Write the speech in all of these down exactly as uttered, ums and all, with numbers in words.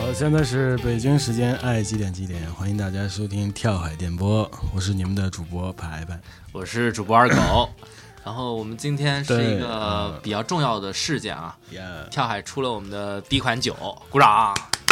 好，现在是北京时间爱几点几点，欢迎大家收听跳海电波，我是你们的主播排排， 我是主播二狗。然后我们今天是一个比较重要的事件啊，跳海出了我们的第一款酒，鼓掌。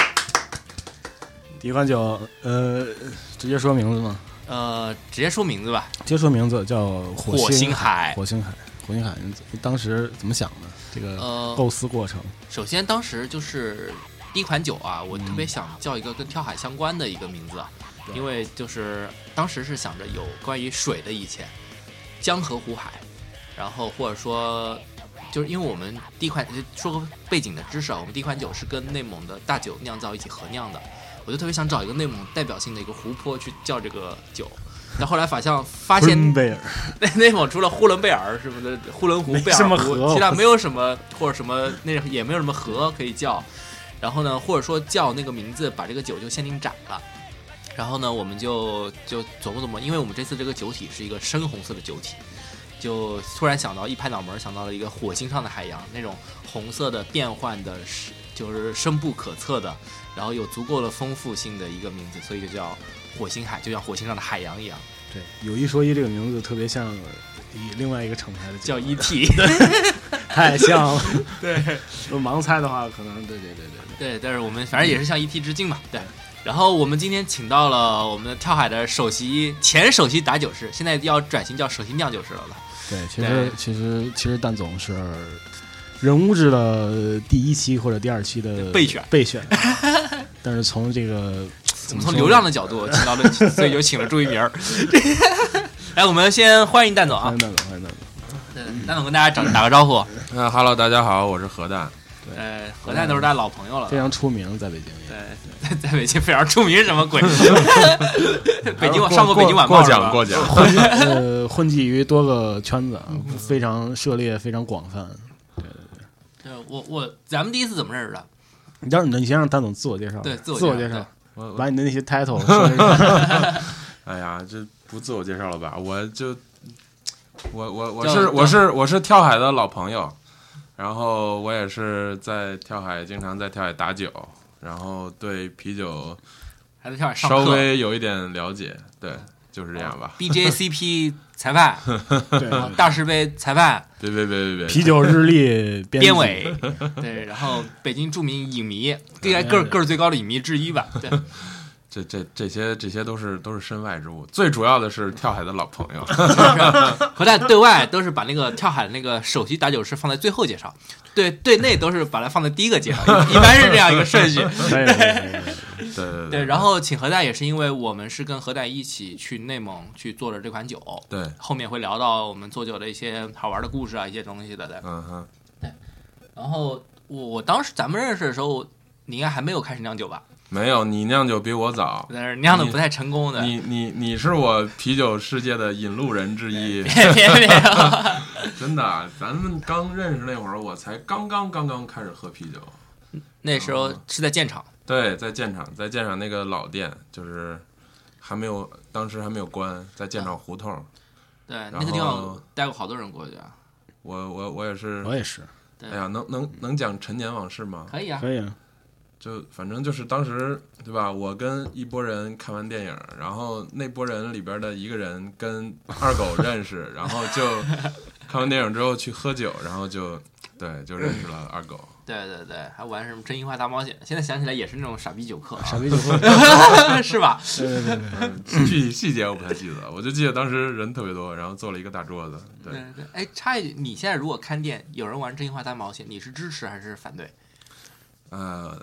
第一款酒，呃，直接说名字吗？ 呃，直接说名字吧。 直接说名字叫火火星海。 火星海，火星海，你当时怎么想的？这个构思过程。 呃、首先，当时就是第一款酒啊，我特别想叫一个跟跳海相关的一个名字，嗯、因为就是当时是想着有关于水的以前，江河湖海。然后或者说，就是因为我们第一款说个背景的知识啊，我们第一款酒是跟内蒙的大酒酿造一起合酿的，我就特别想找一个内蒙代表性的一个湖泊去叫这个酒。但后来发现发现内内蒙除了呼伦贝尔什么的，呼伦湖、贝尔湖，其他没有什么或者什么那也没有什么河可以叫。然后呢，或者说叫那个名字，把这个酒就限定展了。然后呢，我们就就琢磨琢磨，因为我们这次这个酒体是一个深红色的酒体。就突然想到，一拍脑门想到了一个火星上的海洋，那种红色的变幻的，就是深不可测的，然后有足够的丰富性的一个名字，所以就叫火星海，就像火星上的海洋一样。 对，有一说一，这个名字特别像另外一个厂牌的叫 E T， 太像了。 对， 如果盲猜的话，可能对对对对对，但是我们反正也是向 E T 致敬嘛。对。然后我们今天请到了我们的跳海的首席前首席打酒师，现在要转型叫首席酿酒师了吧？ 对，其实其实其实蛋总是人物志的第一期或者第二期的备选备选，但是从这个我们从流量的角度请到了，所以就请了朱一鸣。来，我们先欢迎蛋总啊！ 欢迎蛋总，欢迎蛋总。 对，蛋总跟大家打打个招呼。 嗯 ，Hello， 大家好，我是何蛋。 呃，何蛋都是大家老朋友了， 非常出名，在北京。 对，在在北京非常出名，什么鬼？北京上过北京晚报， 过奖过奖。 混呃，混迹于多个圈子，非常涉猎，非常广泛。对对对。对，我我咱们第一次怎么认识的？ 你要是你先让蛋总自我介绍。 对，自我自我介绍，把你的那些 title 说一下。哎呀，这不自我介绍了吧？我就我我我是我是我是跳海的老朋友。然后我也是在跳海，经常在跳海打酒，然后对啤酒还在跳海上课稍微有一点了解，对，就是这样吧。 B J C P 裁判，对，大师杯裁判， 别别别别别， 啤酒日历编委，对，然后北京著名影迷，应该个个儿最高的影迷之一吧，对。 这这这些这些都是都是身外之物，最主要的是跳海的老朋友。 和在对外都是把那个跳海的那个首席打酒师放在最后介绍，对对内都是把它放在第一个介绍，一般是这样一个顺序。 对对对对。然后请何代也是因为我们是跟何代一起去内蒙去做了这款酒， 对， 后面会聊到我们做酒的一些好玩的故事啊，一些东西的，对， 嗯哼， 对。然后我我当时咱们认识的时候，你应该还没有开始酿酒吧？ 没有，你酿酒比我早， 但是酿的不太成功的。 你你你是我啤酒世界的引路人之一。 别别别！ 真的，咱们刚认识那会儿，我才刚刚刚刚开始喝啤酒。 那时候是在建厂。 对，在建厂，在建厂那个老店，就是还没有，当时还没有关，在建厂胡同。 对，那个地方带过好多人过去啊。 我我我也是， 我也是。 哎呀，能能能讲陈年往事吗？ 可以啊， 可以啊。 就反正就是当时对吧，我跟一拨人看完电影，然后那拨人里边的一个人跟二狗认识，然后就看完电影之后去喝酒，然后就对就认识了二狗。 对对对，还玩什么真心话大冒险，现在想起来也是那种傻逼酒客、啊， 傻逼酒客是吧？ 对对对对、 嗯，具体细节我不太记得，我就记得当时人特别多，然后坐了一个大桌子。对对对，哎，插一句，你现在如果看店有人玩真心话大冒险，你是支持还是反对？ 呃，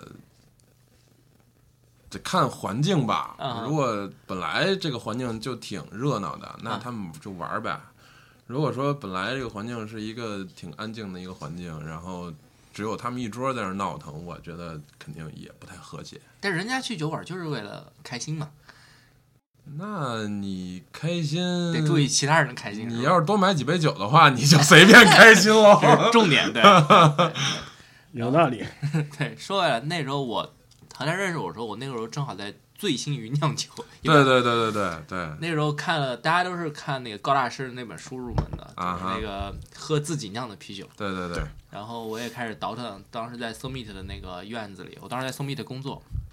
得看环境吧。 嗯、 如果本来这个环境就挺热闹的，那他们就玩呗。嗯、如果说本来这个环境是一个挺安静的一个环境，然后只有他们一桌在那闹腾，我觉得肯定也不太和谐。 但人家去酒馆就是为了开心嘛。 那你开心得注意其他人的开心。 你要是多买几杯酒的话，你就随便开心了。 这是重点，对。 有道理。 对，说回来，那时候我和他认识我的时候，我那个时候正好在醉心于酿酒。 对对对对对对。 那时候看了，大家都是看那个高大师那本书入门的， 啊、 就是那个喝自己酿的啤酒。 对对对。 然后我也开始倒腾，当时在 Summit 的那个院子里，我当时在 Summit 工作。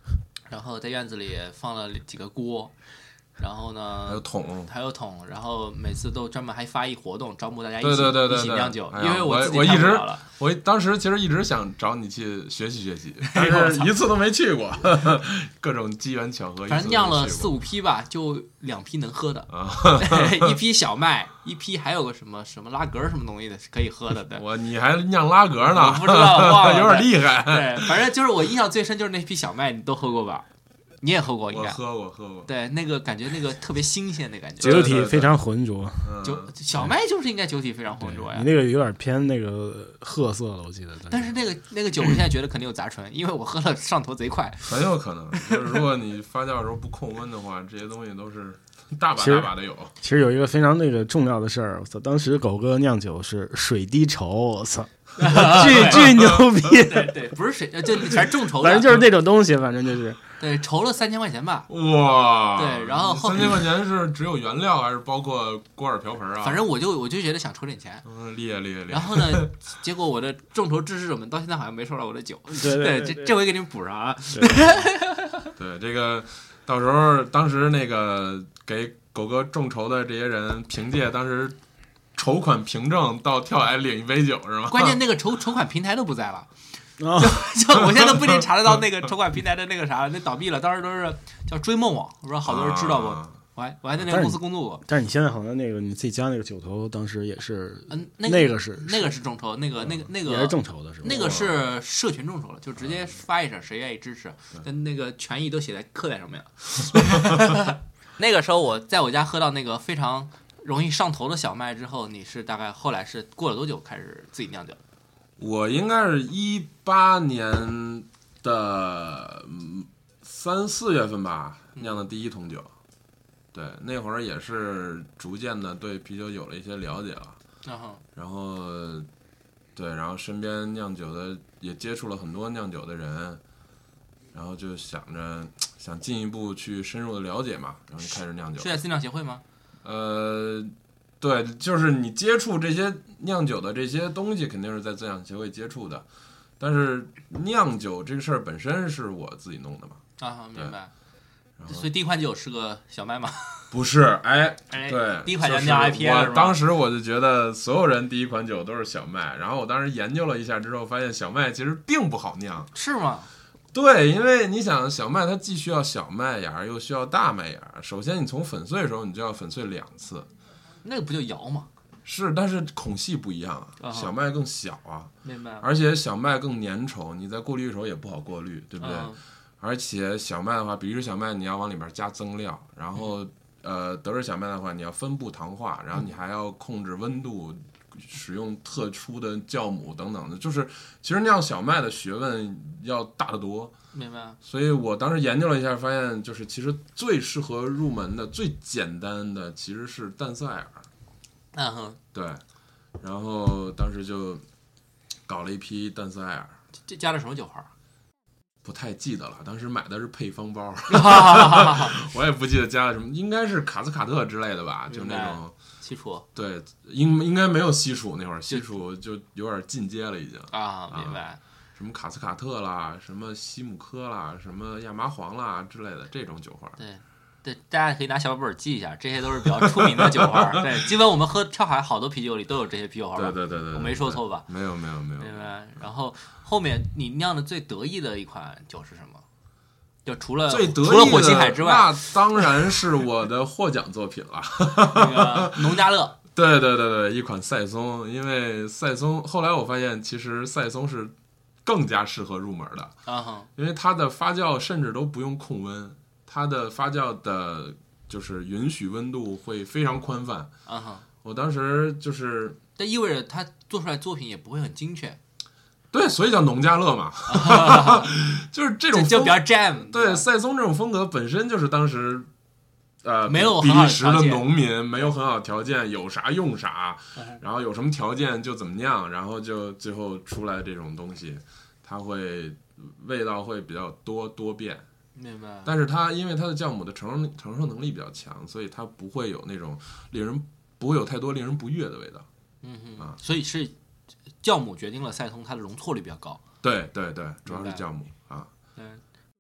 然后在院子里放了几个锅。然后呢， 还有桶， 还有桶，然后每次都专门还发一活动，招募大家一起对对对对一起酿酒， 哎、 因为我自己我一直了我当时其实一直想找你去学习学习，但是一次都没去过，各种机缘巧合。 反正酿了四五批吧，就两批能喝的， 啊、 一批小麦，一批还有个什么什么拉格什么东西的可以喝的。对， 我你还酿拉格呢？ 我不知道，忘了， 有点厉害。 对，反正就是我印象最深就是那批小麦，你都喝过吧？你也喝过，应该我喝过，喝过。 对，那个感觉，那个特别新鲜的感觉， 酒体非常浑浊。 酒小麦就是应该酒体非常浑浊呀。 你那个有点偏那个褐色了，我记得。 但是那个那个酒，我现在觉得肯定有杂醇，因为我喝了上头贼快。 很有可能，就是如果你发酵的时候不控温的话，这些东西都是大把大把的有。 其实有一个非常那个重要的事儿，我操！当时狗哥酿酒是水滴筹，我操！巨巨牛逼！ 对对，不是水，就全是众筹的， 反正就是那种东西，反正就是对，筹了三千块钱吧。 哇！ 对，然后三千块钱是只有原料还是包括锅碗瓢盆啊？ 反正我就我就觉得想筹点钱。 嗯，厉害厉害厉害。 然后呢，结果我的众筹支持者们到现在好像没收到我的酒。 对对， 这这回给你们补上啊。 对，这个到时候当时那个给狗哥众筹的这些人，凭借当时筹款凭证到跳海领一杯酒是吗？ 关键那个筹筹款平台都不在了， 哦、 就就我现在都不一定查得到那个筹款平台的那个啥，那倒闭了。当时都是叫追梦网，我说好多人知道过，啊、我还我还在那个公司工作过。 但是你现在好像那个你自己家那个酒头，当时也是， 嗯，那那个是那个是众筹，那个那个那个也是众筹的是吧？ 那个是社群众筹了，就直接发一声，谁愿意支持，但那个权益都写在刻在上面了。那个时候我在我家喝到那个非常容易上头的小麦之后，你是大概后来是过了多久开始自己酿酒？ 我应该是一八年的三四月份吧，酿的第一桶酒。对，那会儿也是逐渐的对啤酒有了一些了解了。 Uh-huh. 然后，对，然后身边酿酒的也接触了很多酿酒的人，然后就想着想进一步去深入的了解嘛，然后就开始酿酒。 是在自酿协会吗？ 呃，对，就是你接触这些酿酒的这些东西，肯定是在自酿协会接触的。但是酿酒这个事儿本身是我自己弄的嘛。 啊，明白。所以第一款酒是个小麦吗？ 不是，哎， 哎对， 第一款叫酿 I P A 我是吧？ 当时我就觉得所有人第一款酒都是小麦，然后我当时研究了一下之后，发现小麦其实并不好酿。 是吗？ 对，因为你想，小麦它既需要小麦芽，又需要大麦芽。首先，你从粉碎的时候，你就要粉碎两次。 那个不就摇吗？ 是，但是孔隙不一样啊， uh-huh. 小麦更小啊， 明白。 而且小麦更粘稠，你在过滤的时候也不好过滤，对不对？ uh-huh. 而且小麦的话，比如小麦你要往里面加增料，然后、嗯、呃德式小麦的话，你要分布糖化，然后你还要控制温度，使用特殊的酵母等等的，就是其实酿小麦的学问要大得多。 明白。 所以我当时研究了一下，发现就是其实最适合入门的、最简单的其实是淡色艾尔。 嗯哼。 对，然后当时就搞了一批淡色艾尔。 这加了什么酒花？ 不太记得了，当时买的是配方包，我也不记得加了什么，应该是卡斯卡特之类的吧，就那种西楚。 对，应应该没有西楚，那会儿西楚就有点进阶了已经啊，明白。 啊什么卡斯卡特啦，什么西姆科啦，什么亚麻黄啦之类的这种酒花。 对。对，大家可以拿小本本记一下，这些都是比较出名的酒花。对，基本我们喝跳海好多啤酒里都有这些啤酒花。 对对对 对, 对， 我没说错吧？ 没有没有没有。 明白。然后后面你酿的最得意的一款酒是什么？就除了最得意的除了火星海之外， 那当然是我的获奖作品了。 那个农家乐。 对对对对，一款赛松，因为赛松后来我发现，其实赛松是更加适合入门的， uh-huh. 因为它的发酵甚至都不用控温。它的发酵的，就是允许温度会非常宽泛。 啊哈！ 我当时就是， 这意味着它做出来作品也不会很精确。 对，所以叫农家乐嘛，就是这种就比较 jam。 对，赛松这种风格本身就是当时，呃， 没有比利时的农民没有很好条件，有啥用啥，然后有什么条件就怎么酿，然后就最后出来这种东西，它会味道会比较多多变。 明白。 但是它因为它的酵母的承受承受能力比较强，所以它不会有那种令人不会有太多令人不悦的味道。 嗯哼啊， 所以是酵母决定了赛松它的容错率比较高。 对对对，主要是酵母啊。 对。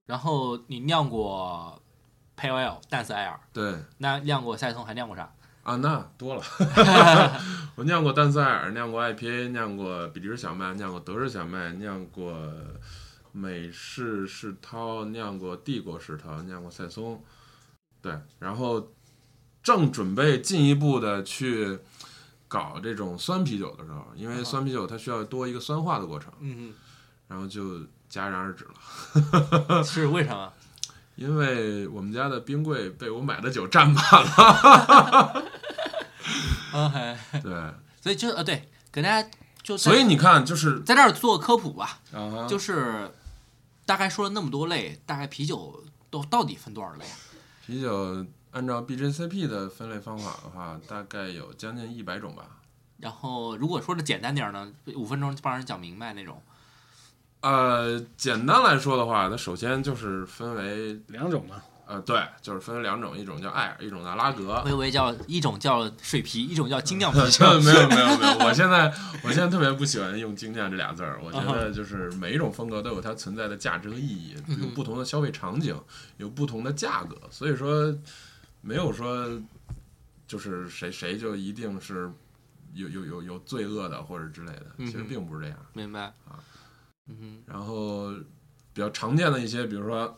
然后你酿过 Pale Ale 淡色艾尔， 对， 那酿过赛松还酿过啥？ 啊，那多了，我酿过淡色艾尔，酿过 I P A， 酿过比利时小麦，酿过德式小麦，酿过美式世涛，酿过帝国世涛，酿过赛松，对，然后正准备进一步的去搞这种酸啤酒的时候，因为酸啤酒它需要多一个酸化的过程， 嗯， 然后就戛然而止了。 是为什么？ 因为我们家的冰柜被我买的酒占满了。 OK， 对， 所以就呃对，给大家就所以你看，就是在这儿做科普吧， 啊， 就是大概说了那么多类，大概啤酒都到底分多少类啊？ 啤酒按照 B J C P 的分类方法的话，大概有将近一百种吧。 然后如果说的简单点呢，五分钟帮人讲明白那种。 呃，简单来说的话，它首先就是分为两种嘛。 呃，对，就是分为两种，一种叫艾尔，一种叫拉格。 我以为叫一种叫水啤，一种叫精酿啤酒。 没有没有没有，我现在我现在特别不喜欢用精酿这俩字儿，我觉得就是每一种风格都有它存在的价值和意义，有不同的消费场景，有不同的价格，所以说没有说就是谁谁就一定是有有有有罪恶的或者之类的，其实并不是这样。 明白啊。 嗯哼， 然后比较常见的一些，比如说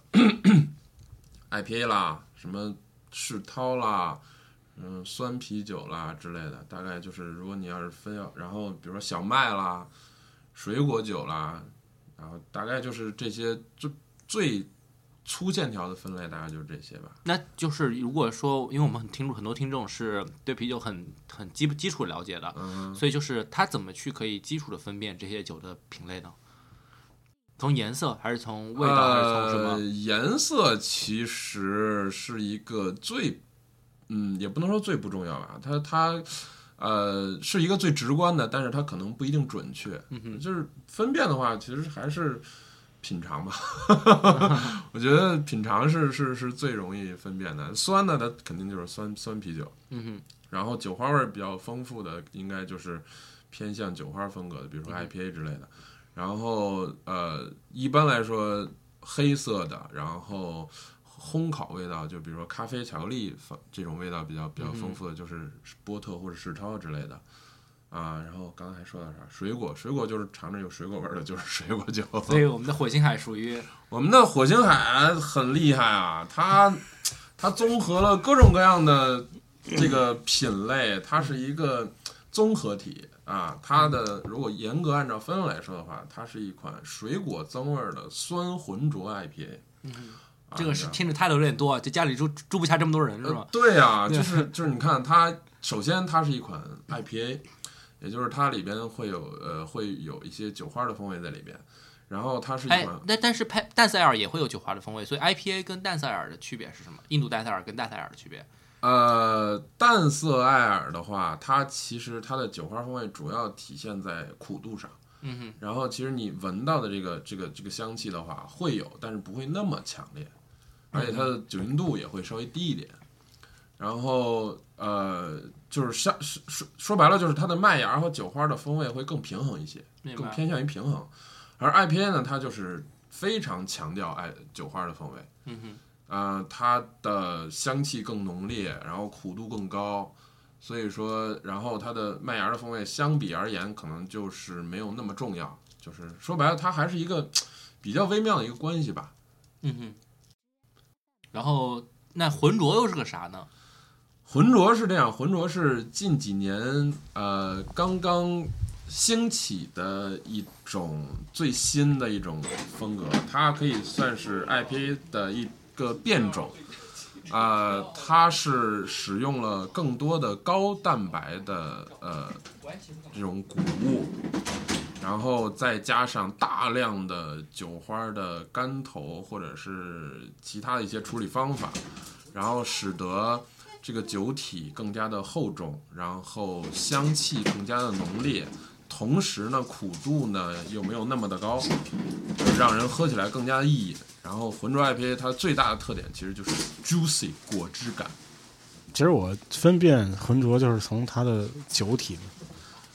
I P A 啦，什么世涛啦，嗯，酸啤酒啦之类的，大概就是如果你要是分要，然后比如说小麦啦、水果酒啦，然后大概就是这些最最粗线条的分类，大概就是这些吧。 那就是如果说，因为我们很听众很多听众是对啤酒很很基基础了解的， 嗯， 所以就是他怎么去可以基础的分辨这些酒的品类呢？从颜色还是从味道、 呃、 还是从什么？ 颜色其实是一个最，嗯，也不能说最不重要吧，它它呃是一个最直观的，但是它可能不一定准确。 嗯哼， 就是分辨的话，其实还是品尝吧。我觉得品尝是是是最容易分辨的。酸的它肯定就是酸酸啤酒， 嗯哼， 然后酒花味比较丰富的，应该就是偏向酒花风格的，比如说 I P A 之类的。嗯，然后呃，一般来说黑色的，然后烘烤味道，就比如说咖啡、巧克力这种味道比较比较丰富的，就是波特或者世涛之类的啊。然后刚才还说到啥？水果，水果就是尝着有水果味的，就是水果酒。 所以我们的火星海属于我们的火星海很厉害啊，它它综合了各种各样的这个品类，它是一个综合体。啊，它的如果严格按照分来说的话，它是一款水果增味的酸浑浊 I P A。 嗯，啊、这个是听着态度有点多，这家里住住不下这么多人是吧？ 呃、对啊，就是就是你看它，首先它是一款 I P A， 也就是它里边会有呃会有一些酒花的风味在里边，然后它是一款， 但但是淡色艾尔也会有酒花的风味，所以 I P A 跟淡色艾尔的区别是什么？印度淡色艾尔跟淡色艾尔的区别？ 呃，淡色艾尔的话，它其实它的酒花风味主要体现在苦度上， 嗯哼， 然后其实你闻到的这个这个这个香气的话会有，但是不会那么强烈，而且它的酒精度也会稍微低一点。然后呃，就是说说说白了，就是它的麦芽和酒花的风味会更平衡一些，更偏向于平衡。而 I P A 呢，它就是非常强调爱酒花的风味， 嗯哼。 呃，它的香气更浓烈，然后苦度更高，所以说，然后它的麦芽的风味相比而言，可能就是没有那么重要。就是说白了，它还是一个比较微妙的一个关系吧。 嗯哼。然后，那浑浊又是个啥呢？ 浑浊是这样，浑浊是近几年呃刚刚兴起的一种最新的一种风格，它可以算是 I P A 的一个变种，呃，它是使用了更多的高蛋白的呃这种谷物，然后再加上大量的酒花的干头或者是其他的一些处理方法，然后使得这个酒体更加的厚重，然后香气更加的浓烈，同时呢苦度呢又没有那么的高，让人喝起来更加的易饮。然后浑浊 I P A 它最大的特点其实就是 juicy 果汁感。 其实我分辨浑浊就是从它的酒体，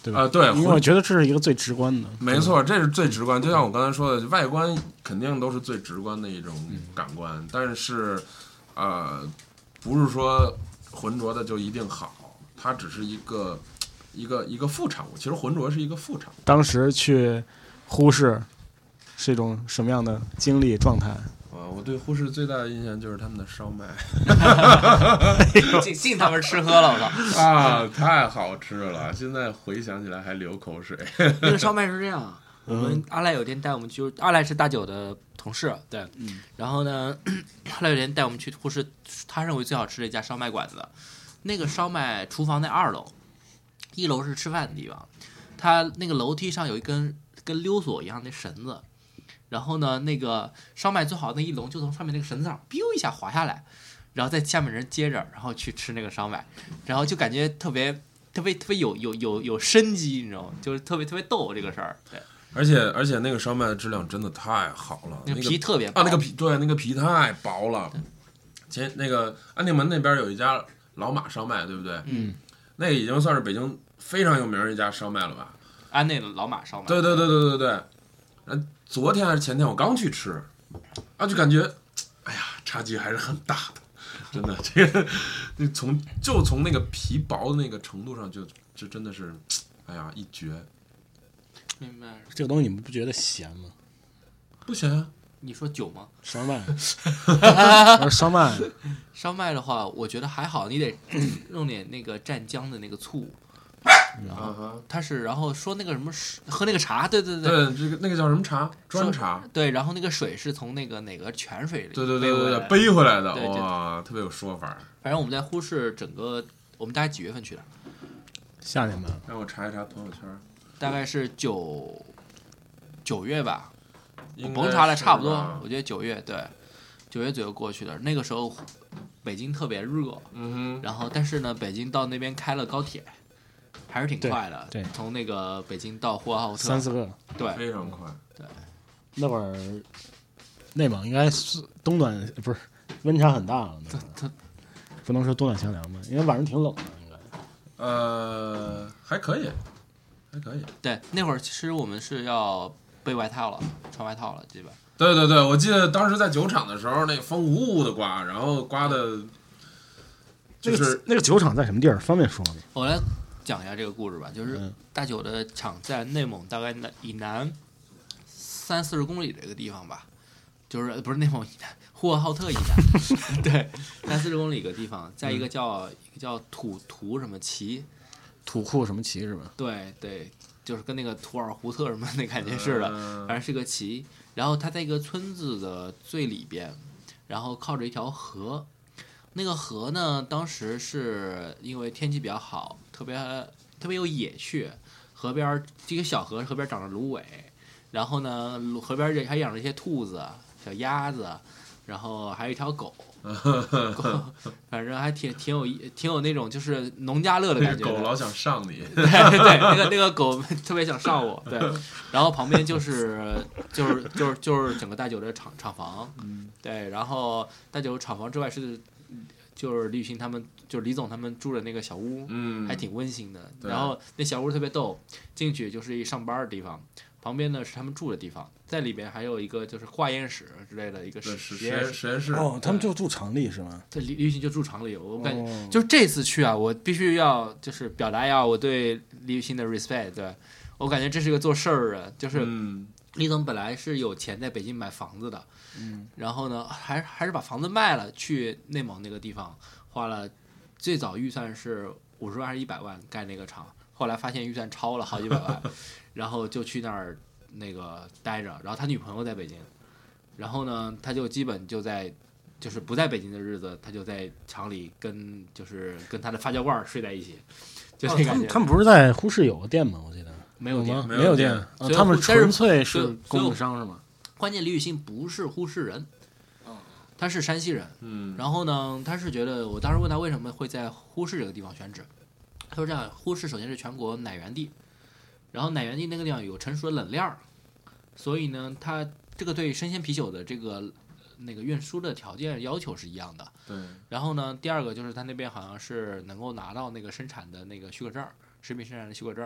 对吧？ 啊、对， 因为我觉得这是一个最直观的。 没错，这是最直观。就像我刚才说的，外观肯定都是最直观的一种感官，嗯、但是，呃，不是说浑浊的就一定好，它只是一个一个一个副产物。其实浑浊是一个副产物。 当时去呼市是一种什么样的经历状态？ 啊，我对呼市最大的印象就是他们的烧麦， 净净他们吃喝了，我操！ 啊，太好吃了！现在回想起来还流口水。 那个烧麦是这样，我们阿赖有天带我们去，阿赖是大九的同事，对，嗯、然后呢，阿赖有天带我们去呼市，他认为最好吃的一家烧麦馆子，那个烧麦厨房在二楼，一楼是吃饭的地方，他那个楼梯上有一根跟溜索一样的绳子。然后呢，那个烧麦做好那一笼就从上面那个绳子上 biu 一下滑下来，然后在下面人接着，然后去吃那个烧麦，然后就感觉特别特别特别有有有有生机，你知道吗？就是特别特别逗这个事儿。对， 而且而且那个烧麦的质量真的太好了， 那个皮特别薄啊，那个皮对，那个皮太薄了。前那个安定门那边有一家老马烧麦，对不对？ 嗯， 那个已经算是北京非常有名的一家烧麦了吧？ 安内的老马烧麦。 对对对对对对。嗯，昨天还是前天我刚去吃，啊，就感觉，哎呀，差距还是很大的，真的，这个，你从就从那个皮薄的那个程度上就，就真的是，哎呀，一绝。 明白。 这个东西你们不觉得咸吗？ 不咸啊。 你说酒吗？ 烧麦，烧麦， 烧麦的话，我觉得还好，你得用点那个蘸姜的那个醋。然后他是，然后说那个什么喝那个茶，对对对，对这个那个叫什么茶？砖茶。 对，然后那个水是从那个哪个泉水里对对对对对背回来的， 对哇，特别有说法。 反正我们在呼市整个，我们大概几月份去的？ 夏天吧。 让我查一查朋友圈。 大概是九九月吧，我甭查了差不多，我觉得九月对，九月左右过去的。那个时候北京特别热， 嗯哼， 然后但是呢，北京到那边开了高铁。还是挺快的， 对，对从那个北京到呼和浩特三四个， 对， 非常快。 对， 那会儿内蒙应该是冬暖，不是温差很大了， 它它不能说冬暖夏凉吧，因为晚上挺冷的，应该。 呃，还可以，还可以。 对，那会儿其实我们是要备外套了，穿外套了，基本。 对对对，我记得当时在酒厂的时候，那风呜呜的刮，然后刮的，就是、 那个那个酒厂在什么地儿？方便说吗？ 我来讲一下这个故事吧，就是大酒的厂在内蒙大概以南三四十公里的一个地方吧，就是不是内蒙以南，呼和浩特以南，对，三四十公里一个地方，在一个叫、嗯、一个叫土图什么旗， 土库什么旗是吧？ 对对，就是跟那个图尔胡特什么那感觉似的，反正是个旗。然后它在一个村子的最里边，然后靠着一条河。那个河呢，当时是因为天气比较好，特别特别有野趣。河边这个小河，河边长着芦苇，然后呢，河边还养着一些兔子、小鸭子，然后还有一条狗，狗反正还挺挺有挺有那种就是农家乐的感觉。 那个狗老想上你， 对对，那个那个狗特别想上我，对。然后旁边就是就是就是就是整个大酒的厂厂房， 嗯， 对。然后大酒厂房之外是。就是李雨欣他们，就是李总他们住的那个小屋， 嗯， 还挺温馨的。然后那小屋特别逗，进去就是一上班的地方，旁边呢是他们住的地方，在里边还有一个就是化验室之类的一个实验实验室。 哦，他们就住厂里是吗？ 对，李雨欣就住厂里。我感觉、 哦、 就这次去啊，我必须要就是表达要我对李雨欣的 respect。对我感觉这是一个做事儿的，就是。 嗯李总本来是有钱在北京买房子的， 嗯， 然后呢，还还是把房子卖了，去内蒙那个地方花了，最早预算是五十万还是一百万盖那个厂，后来发现预算超了好几百万，然后就去那儿那个待着，然后他女朋友在北京，然后呢，他就基本就在就是不在北京的日子，他就在厂里跟就是跟他的发酵罐睡在一起，就这感觉、哦。 他们他们不是在呼市有个店吗？我记得。 没有店， 没有店， 啊、 他们纯粹是供应商是吗？ 关键李雨欣不是呼市人，他是山西人。 嗯， 然后呢，他是觉得，我当时问他为什么会在呼市这个地方选址，他说这样，呼市首先是全国奶源地，然后奶源地那个地方有成熟的冷链儿，所以呢，它这个对生鲜啤酒的这个那个运输的条件要求是一样的。 对。 然后呢，第二个就是他那边好像是能够拿到那个生产的那个许可证，食品生产的许可证。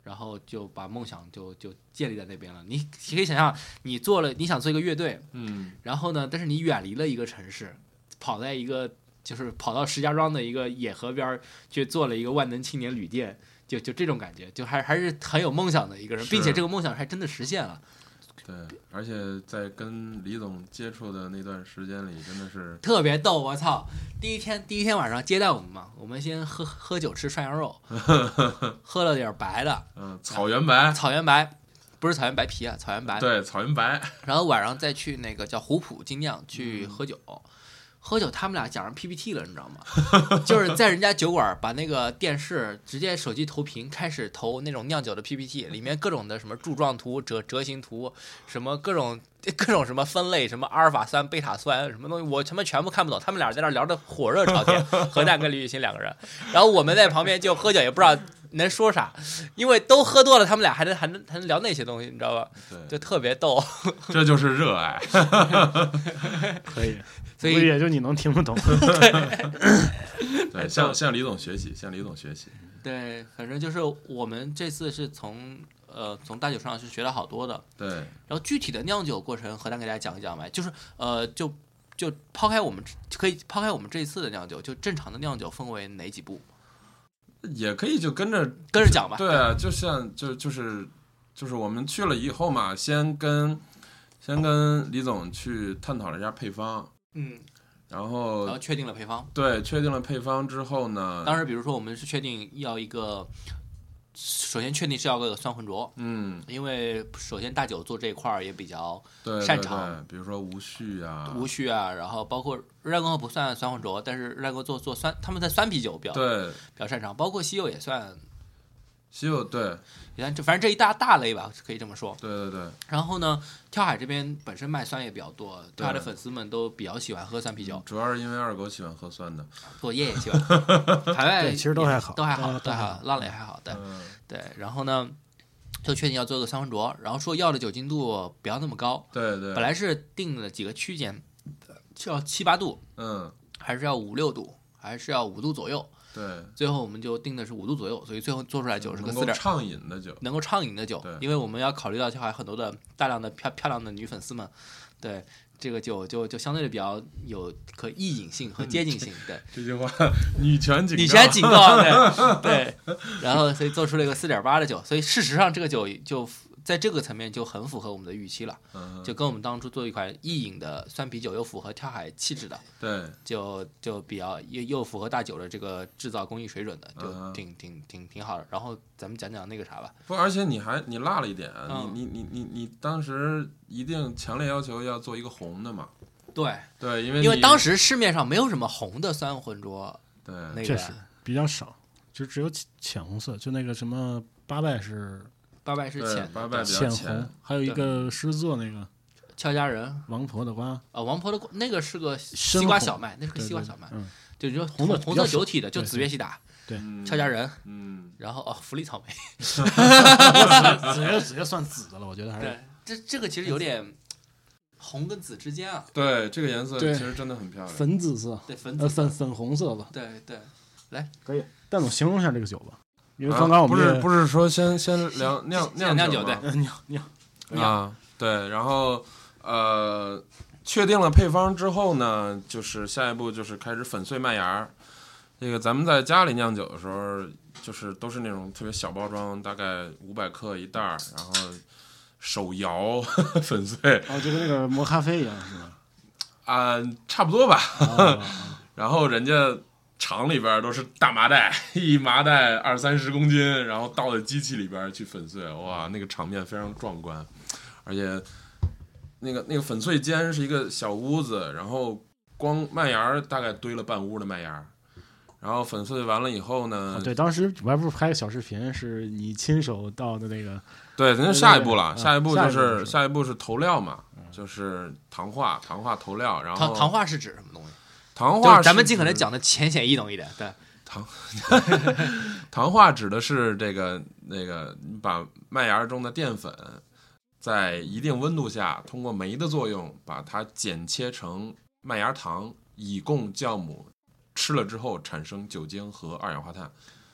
然后就把梦想就就建立在那边了。你可以想象，你做了你想做一个乐队， 嗯， 然后呢，但是你远离了一个城市，跑在一个就是跑到石家庄的一个野河边去做了一个万能青年旅店，就就这种感觉，就还还是很有梦想的一个人，并且这个梦想还真的实现了。 对，而且在跟李总接触的那段时间里，真的是特别逗，我操！第一天第一天晚上接待我们嘛，我们先喝喝酒吃涮羊肉，喝了点白的， 嗯，草原白， 草原白，不是草原白皮啊，草原白。 对，草原白。 然后晚上再去那个叫虎浦精酿去喝酒。嗯喝酒，他们俩讲上 P P T 了，你知道吗？就是在人家酒馆把那个电视直接手机投屏，开始投那种酿酒的 P P T， 里面各种的什么柱状图、折折形图，什么各种各种什么分类，什么阿尔法酸、贝塔酸，什么东西，我他妈全部看不懂。他们俩在那聊得火热朝天，何蛋跟李雨欣两个人，然后我们在旁边就喝酒，也不知道能说啥，因为都喝多了，他们俩还能还能还能聊那些东西，你知道吧？就特别逗。 这就是热爱。 可以。 所以也就你能听得懂。 对, 对，向向李总学习，向李总学习。 对，反正就是我们这次是从呃从大酒上是学了好多的。 对。 然后具体的酿酒过程，何丹给大家讲一讲呗。就是呃就就抛开我们可以抛开我们这一次的酿酒，就正常的酿酒分为哪几步？ 也可以就跟着跟着讲吧。 对啊，就像就就是就是我们去了以后嘛，先跟先跟李总去探讨了一下配方。 嗯， 然后然后确定了配方， 对，确定了配方之后呢， 当时比如说我们是确定要一个，首先确定是要个酸浑浊， 嗯， 因为首先大酒做这一块儿也比较擅长，对对对，比如说无序啊， 无序啊，然后包括日来公不算酸浑浊，但是日来公做做酸，他们在酸啤酒比较对比较擅长，包括西柚也算。 西柚对， 你看这反正这一大大类吧，可以这么说。 对对对。 然后呢，跳海这边本身卖酸也比较多，跳海的粉丝们都比较喜欢喝酸啤酒。 主要是因为二狗喜欢喝酸的， 作业也喜欢。海外其实都还好， 都还好，都还好，浪了也还好。对、嗯、对。然后呢，就确定要做个酸浑浊，然后说要的酒精度不要那么高。 对对。 本来是定了几个区间，要七八度， 嗯， 还是要五六度，还是要五度左右。 对， 最后我们就定的是五度左右，所以最后做出来酒是个四点， 能够畅饮的酒， 能够畅饮的酒，因为我们要考虑到跳海很多的大量的漂漂亮的女粉丝们，对这个酒就就相对的比较有可易饮性和接近性，对这句话女权警告， 女权警告，对对，然后所以做出了一个四点八的酒，所以事实上这个酒就在这个层面就很符合我们的预期了， 嗯， 就跟我们当初做一款易饮的酸啤酒又符合跳海气质的， 对， 就就比较又又符合大酒的这个制造工艺水准的，就挺、嗯、挺挺挺好的。然后咱们讲讲那个啥吧。 不，而且你还你落了一点，嗯、你你你你你当时一定强烈要求要做一个红的嘛？ 对对，因为因为当时市面上没有什么红的酸浑浊， 对， 那个确实比较少，就只有浅红色，就那个什么八拜是。 八拜是浅， 八拜浅红，还有一个狮子座那个俏佳人， 王婆的瓜啊、哦，王婆的那个是个西瓜小麦，那是个西瓜小麦， 对对对嗯， 就就红的红色酒体的，就紫月西达， 对， 俏佳人， 嗯， 然后哦，福利草莓， 紫月紫月算紫的了，我觉得还是， 对，这这个其实有点红跟紫之间啊， 对，这个颜色其实真的很漂亮， 粉紫色， 对，粉紫呃粉粉红色吧， 对对，来， 可以，蛋总形容一下这个酒吧。因为刚刚我们、 啊、不是不是说先先聊酿酿酿酒对酿酿啊对，然后呃确定了配方之后呢，就是下一步就是开始粉碎麦芽。这个咱们在家里酿酒的时候，就是都是那种特别小包装，大概五百克一袋，然后手摇呵呵粉碎。 哦，就跟那个磨咖啡一样是吧？ 啊、呃，差不多吧。 哦、 然后人家。厂里边都是大麻袋，一麻袋二三十公斤，然后倒在机器里边去粉碎，哇，那个场面非常壮观，而且那个那个粉碎间是一个小屋子，然后光麦芽大概堆了半屋的麦芽，然后粉碎完了以后呢， 哦、对，当时我还不是拍个小视频，是你亲手倒的那个， 对，咱就下一步了， 对对对下一步就是、 嗯、 下一步是投料嘛，嗯、就是糖化，糖化投料，然后糖糖化是指什么东西？ 糖化就是咱们尽可能讲的浅显易懂一点，对。 糖糖化指的是这个那个，你把麦芽中的淀粉在一定温度下，通过酶的作用把它剪切成麦芽糖，以供酵母吃了之后产生酒精和二氧化碳。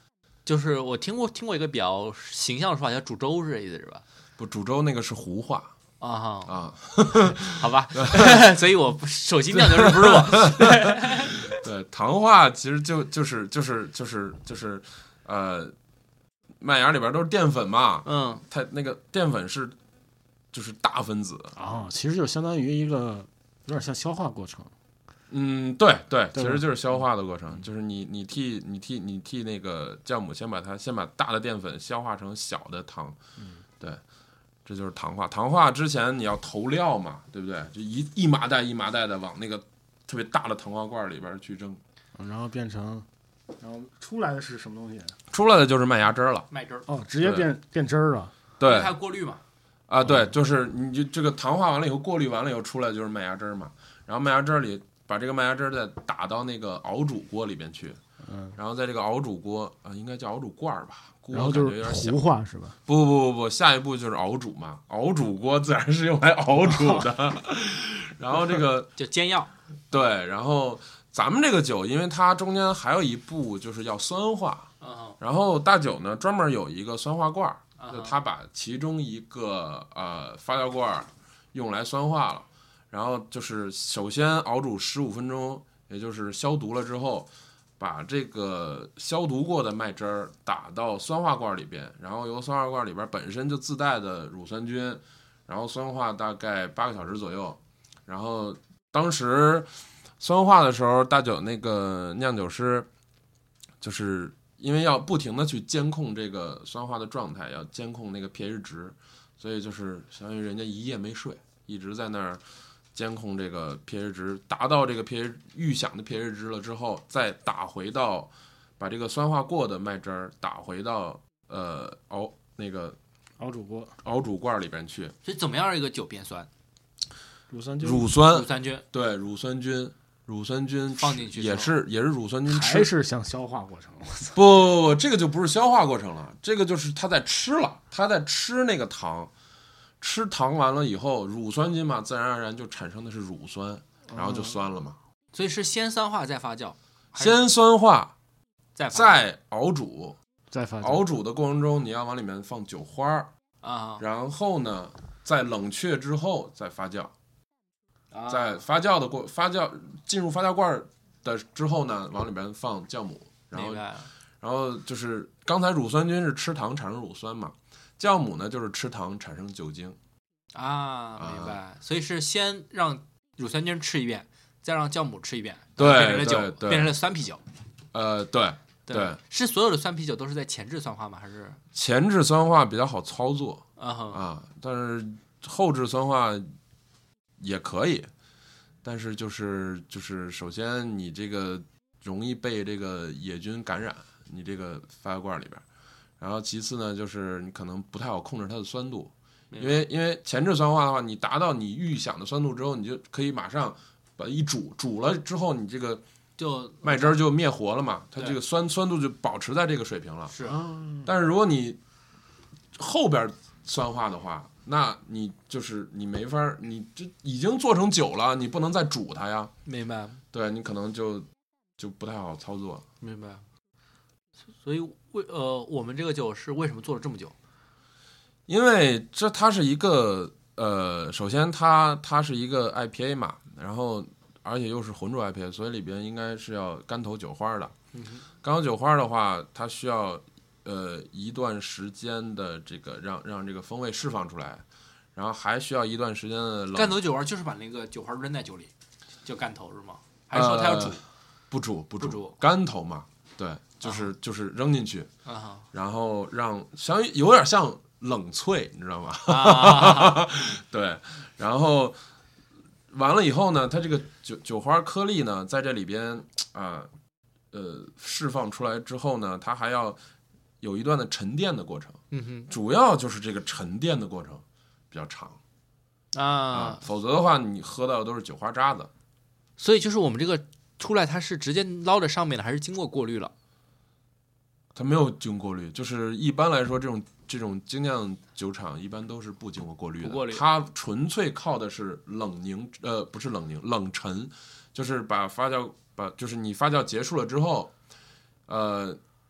就是我听过听过一个比较形象的说法，叫煮粥是这意思是吧？ 不，煮粥那个是胡话啊啊， 好吧，所以我手心酿酒师不是我。 对，糖化其实就就是就是就是就是呃，麦芽里边都是淀粉嘛， 嗯， 它那个淀粉是就是大分子哦，其实就相当于一个有点像消化过程。 嗯，对对， 对其实就是消化的过程，就是你你替你替你替那个酵母先把它先把大的淀粉消化成小的糖， 嗯， 对，这就是糖化。糖化之前你要投料嘛，对不对？就一一麻袋一麻袋的往那个特别大的糖化罐里边去蒸， 然后变成，然后出来的是什么东西？ 出来的就是麦芽汁了。 麦汁儿哦，直接变变汁儿了。 对， 它过滤嘛。 啊，对，就是你就这个糖化完了以后，过滤完了以后出来就是麦芽汁嘛，然后麦芽汁里把这个麦芽汁再打到那个熬煮锅里边去， 嗯， 然后在这个熬煮锅啊、呃，应该叫熬煮罐吧， 然后就是糊化是吧？ 不不不不，下一步就是熬煮嘛，熬煮锅自然是用来熬煮的，然后这个就煎药， 对，然后咱们这个酒，因为它中间还有一步就是要酸化， 嗯， 然后大酒呢专门有一个酸化罐。就嗯、 他把其中一个呃发酵罐用来酸化了，然后就是首先熬煮十五分钟，也就是消毒了之后，把这个消毒过的麦汁儿打到酸化罐里边，然后由酸化罐里边本身就自带的乳酸菌，然后酸化大概八个小时左右。然后当时酸化的时候，大酒那个酿酒师就是。因为要不停的去监控这个酸化的状态，要监控那个 pH 值，所以就是相当于人家一夜没睡，一直在那儿监控这个 pH 值，达到这个 pH 预想的 pH 值了之后，再打回到把这个酸化过的麦汁儿打回到呃熬那个熬煮锅熬煮罐里边去。 所以怎么样一个酒变酸？ 乳酸菌， 乳酸， 乳酸菌， 对，乳酸菌。乳酸菌放进去也是也是乳酸菌吃， 还是像消化过程？ 不不不，这个就不是消化过程了，这个就是它在吃了，它在吃那个糖，吃糖完了以后，乳酸菌嘛，自然而然就产生的是乳酸，然后就酸了嘛。 所以是先酸化再发酵， 先酸化， 再再熬煮， 再发酵。 熬煮的过程中，你要往里面放酒花啊， 然后呢，在冷却之后再发酵。在发酵的过发酵进入发酵罐的之后呢，往里边放酵母，然后然后就是刚才乳酸菌是吃糖产生乳酸嘛，酵母呢就是吃糖产生酒精啊，明白。啊、所以是先让乳酸菌吃一遍，再让酵母吃一遍， 对， 变成了酒， 对， 变成了酸啤酒。 呃，对对， 对是所有的酸啤酒都是在前置酸化吗？还是前置酸化比较好操作、 uh huh. 啊，但是后置酸化也可以。但是就是就是首先你这个容易被这个野菌感染，你这个发酵罐里边，然后其次呢就是你可能不太好控制它的酸度，因为因为前置酸化的话，你达到你预想的酸度之后，你就可以马上把它一煮，煮了之后你这个就麦汁就灭活了嘛，它这个酸酸度就保持在这个水平了。 是， 但是如果你后边酸化的话，那你就是你没法，你这已经做成酒了，你不能再煮它呀。 明白。 对，你可能就就不太好操作。 明白。所以为呃，我们这个酒是为什么做了这么久？ 因为这它是一个呃，首先它它是一个 I P A 嘛，然后而且又是浑浊 I P A， 所以里边应该是要干投酒花的。 嗯哼， 干投酒花的话，它需要。呃，一段时间的这个让让这个风味释放出来，然后还需要一段时间的冷。 干投酒花就是把那个酒花扔在酒里，叫干投是吗？还是说它要煮？ 呃、不煮不煮， 不煮干投嘛，对，就是、啊、就是扔进去， 啊、 然后让相当于有点像冷萃，你知道吗？ 啊、 对，然后完了以后呢，它这个酒酒花颗粒呢，在这里边啊，呃，释放出来之后呢，它还要。有一段的沉淀的过程， 嗯哼， 主要就是这个沉淀的过程比较长啊, 啊，否则的话你喝到的都是酒花渣子。 所以就是我们这个出来，它是直接捞在上面的，还是经过过滤了？ 它没有经过滤，就是一般来说这种这种精酿酒厂一般都是不经过过滤的， 不过滤它纯粹靠的是冷凝，呃，不是冷凝，冷沉，就是把发酵把就是你发酵结束了之后，呃。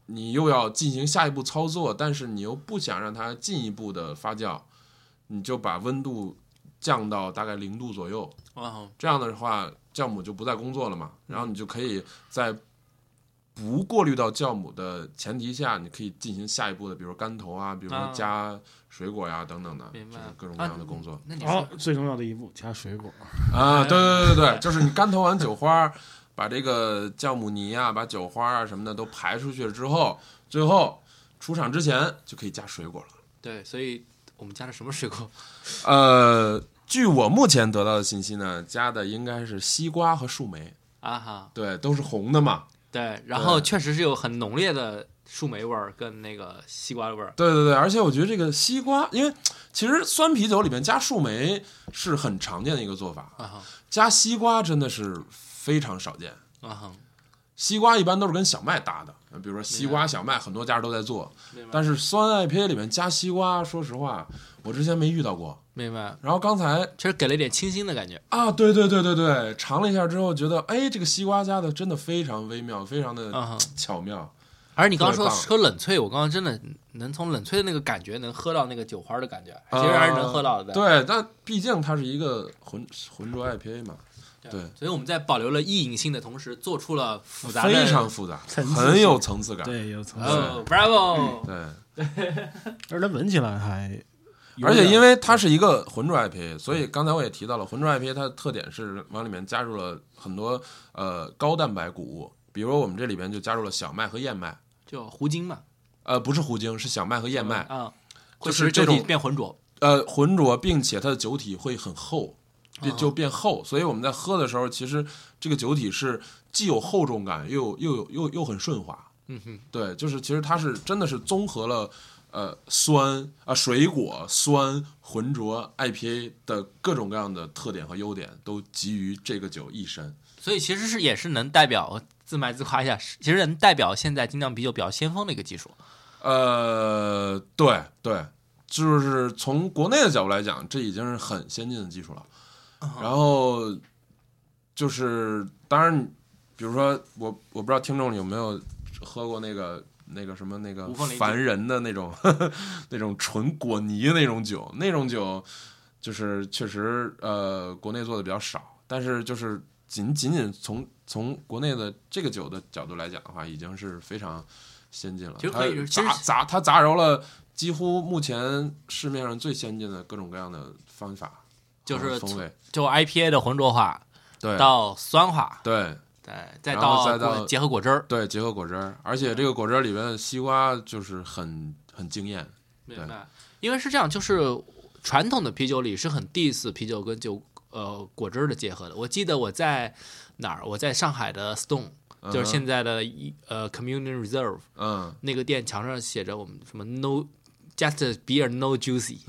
你又要进行下一步操作，但是你又不想让它进一步的发酵，你就把温度降到大概零度左右。 哦， 这样的话，酵母就不再工作了嘛，然后你就可以在不过滤到酵母的前提下，你可以进行下一步的，比如干头啊，比如说加水果呀、啊、等等的，就是各种各样的工作。 啊、那你哦，最重要的一步加水果啊，对对对对，就是你干投完酒花，把这个酵母泥啊、把酒花啊什么的都排出去了之后，最后出厂之前就可以加水果了。 对，所以我们加的什么水果？ 呃，据我目前得到的信息呢，加的应该是西瓜和树莓啊哈， 对，都是红的嘛。 对，然后确实是有很浓烈的树莓味儿跟那个西瓜味儿。 对对对，而且我觉得这个西瓜，因为其实酸啤酒里面加树莓是很常见的一个做法， 啊、 加西瓜真的是非常少见。 啊、 西瓜一般都是跟小麦搭的，比如说西瓜小麦，很多家都在做。但是酸 I P A 里面加西瓜，说实话，我之前没遇到过。 明白。 然后刚才其实给了一点清新的感觉啊，对对对对对，尝了一下之后觉得，哎，这个西瓜加的真的非常微妙，非常的巧妙。 Uh-huh. 而你刚刚说喝冷萃，我刚刚真的能从冷萃的那个感觉，能喝到那个酒花的感觉，其实还是能喝到的。 呃、对，但毕竟它是一个浑浑浊 I P A 嘛，对， 所以我们在保留了易饮性的同时，做出了复杂的、 非常复杂、很有层次感。 对，有层次。 哦 ，Bravo！ 对， 而它闻起来还。 而且因为它是一个浑浊 I P A， 所以刚才我也提到了浑浊 I P A， 它的特点是往里面加入了很多呃高蛋白谷物，比如我们这里边就加入了小麦和燕麦， 就糊精嘛。 呃，不是糊精，是小麦和燕麦啊， 就是这种变浑浊。 呃，浑浊，并且它的酒体会很厚，变就变厚，所以我们在喝的时候，其实这个酒体是既有厚重感，又有又有又又很顺滑。 嗯哼， 对，就是其实它是真的是综合了。呃，酸啊、呃，水果酸、浑浊 I P A 的各种各样的特点和优点都集于这个酒一身， 所以其实是也是能代表自卖自夸一下，其实能代表现在精酿啤酒比较先锋的一个技术。 呃，对对，就是从国内的角度来讲，这已经是很先进的技术了。Uh-huh. 然后就是当然，比如说我我不知道听众有没有喝过那个。那个什么那个烦人的那种呵呵那种纯果泥的那种酒，那种酒就是确实呃国内做的比较少，但是就是仅仅仅从从国内的这个酒的角度来讲的话，已经是非常先进了。 就可以它杂杂它杂糅了几乎目前市面上最先进的各种各样的方法， 就是风味， 就 I P A 的浑浊化， 对， 到酸化， 对。 对，再到再到结合果汁儿， 对，结合果汁儿，而且这个果汁儿里面的西瓜就是很很惊艳。 明白，因为是这样，就是传统的啤酒里是很 diss 啤酒跟酒呃果汁儿的结合的。我记得我在哪儿？我在上海的 Stone，、嗯、就是现在的呃 Communion Reserve， 嗯， 那个店墙上写着我们什么 No。Just beer, no juicy.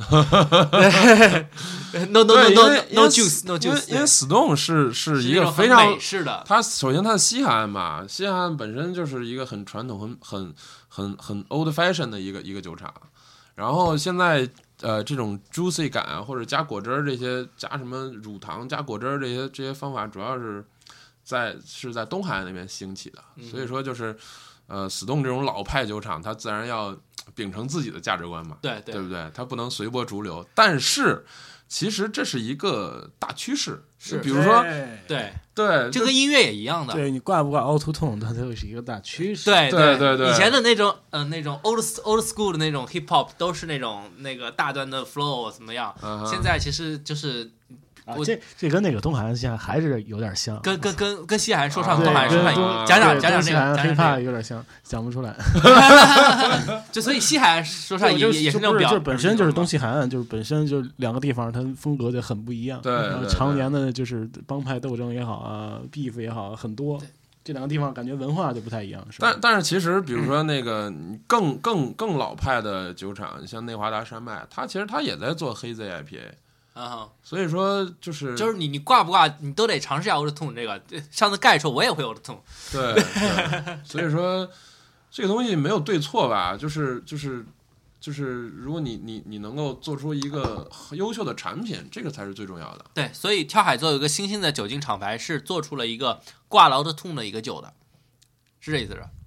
no, no, no, no, no juice, no juice. 因为 Stone 是是一个非常美式的， 它首先它的西海岸嘛，西海岸本身就是一个很传统、很很很很 old fashion 的一个一个酒厂。然后现在呃这种 juicy 感啊，或者加果汁儿这些，加什么乳糖、加果汁儿这些这些方法，主要是在是在东海岸那边兴起的。 嗯、 所以说就是呃 Stone 这种老派酒厂，它自然要秉承自己的价值观嘛， 对对， 对不对？它不能随波逐流。但是，其实这是一个大趋势， 是比如说， 对对， 这跟音乐也一样的。 对你挂不挂 Auto Tone， 它就是一个大趋势。 对对对对， 以前的那种呃那种 old old school 的那种 hip hop 都是那种那个大段的 flow 怎么样？ uh-huh. 现在其实就是。 啊、这这跟那个东海岸西海岸还是有点像， 跟跟跟跟西海岸说唱、 啊、 东海岸说唱讲讲讲讲这个， 黑怕有点像，讲不出来。 就所以西海岸说唱也也也是那种表， 就本身就是东西海岸，就是本身就两个地方，它风格就很不一样。 对， 然后常年的就是帮派斗争也好啊 ，beef 也好，很多。这两个地方感觉文化就不太一样，是吧？ 但但是其实，比如说那个更更更老派的酒厂，像内华达山脉，它其实它也在做黑 Z I P A。 啊、uh-huh. 所以说就是就是你你挂不挂，你都得尝试一下 Old Tone 这个。上次盖说我也会 Old Tone， 对, 对，所以说这个东西没有对错吧，就是就是就是，如果你你你能够做出一个优秀的产品，这个才是最重要的。 对，所以跳海做有一个新兴的酒精厂牌，是做出了一个挂了 Old Tone 的一个酒的，是这意思是吧？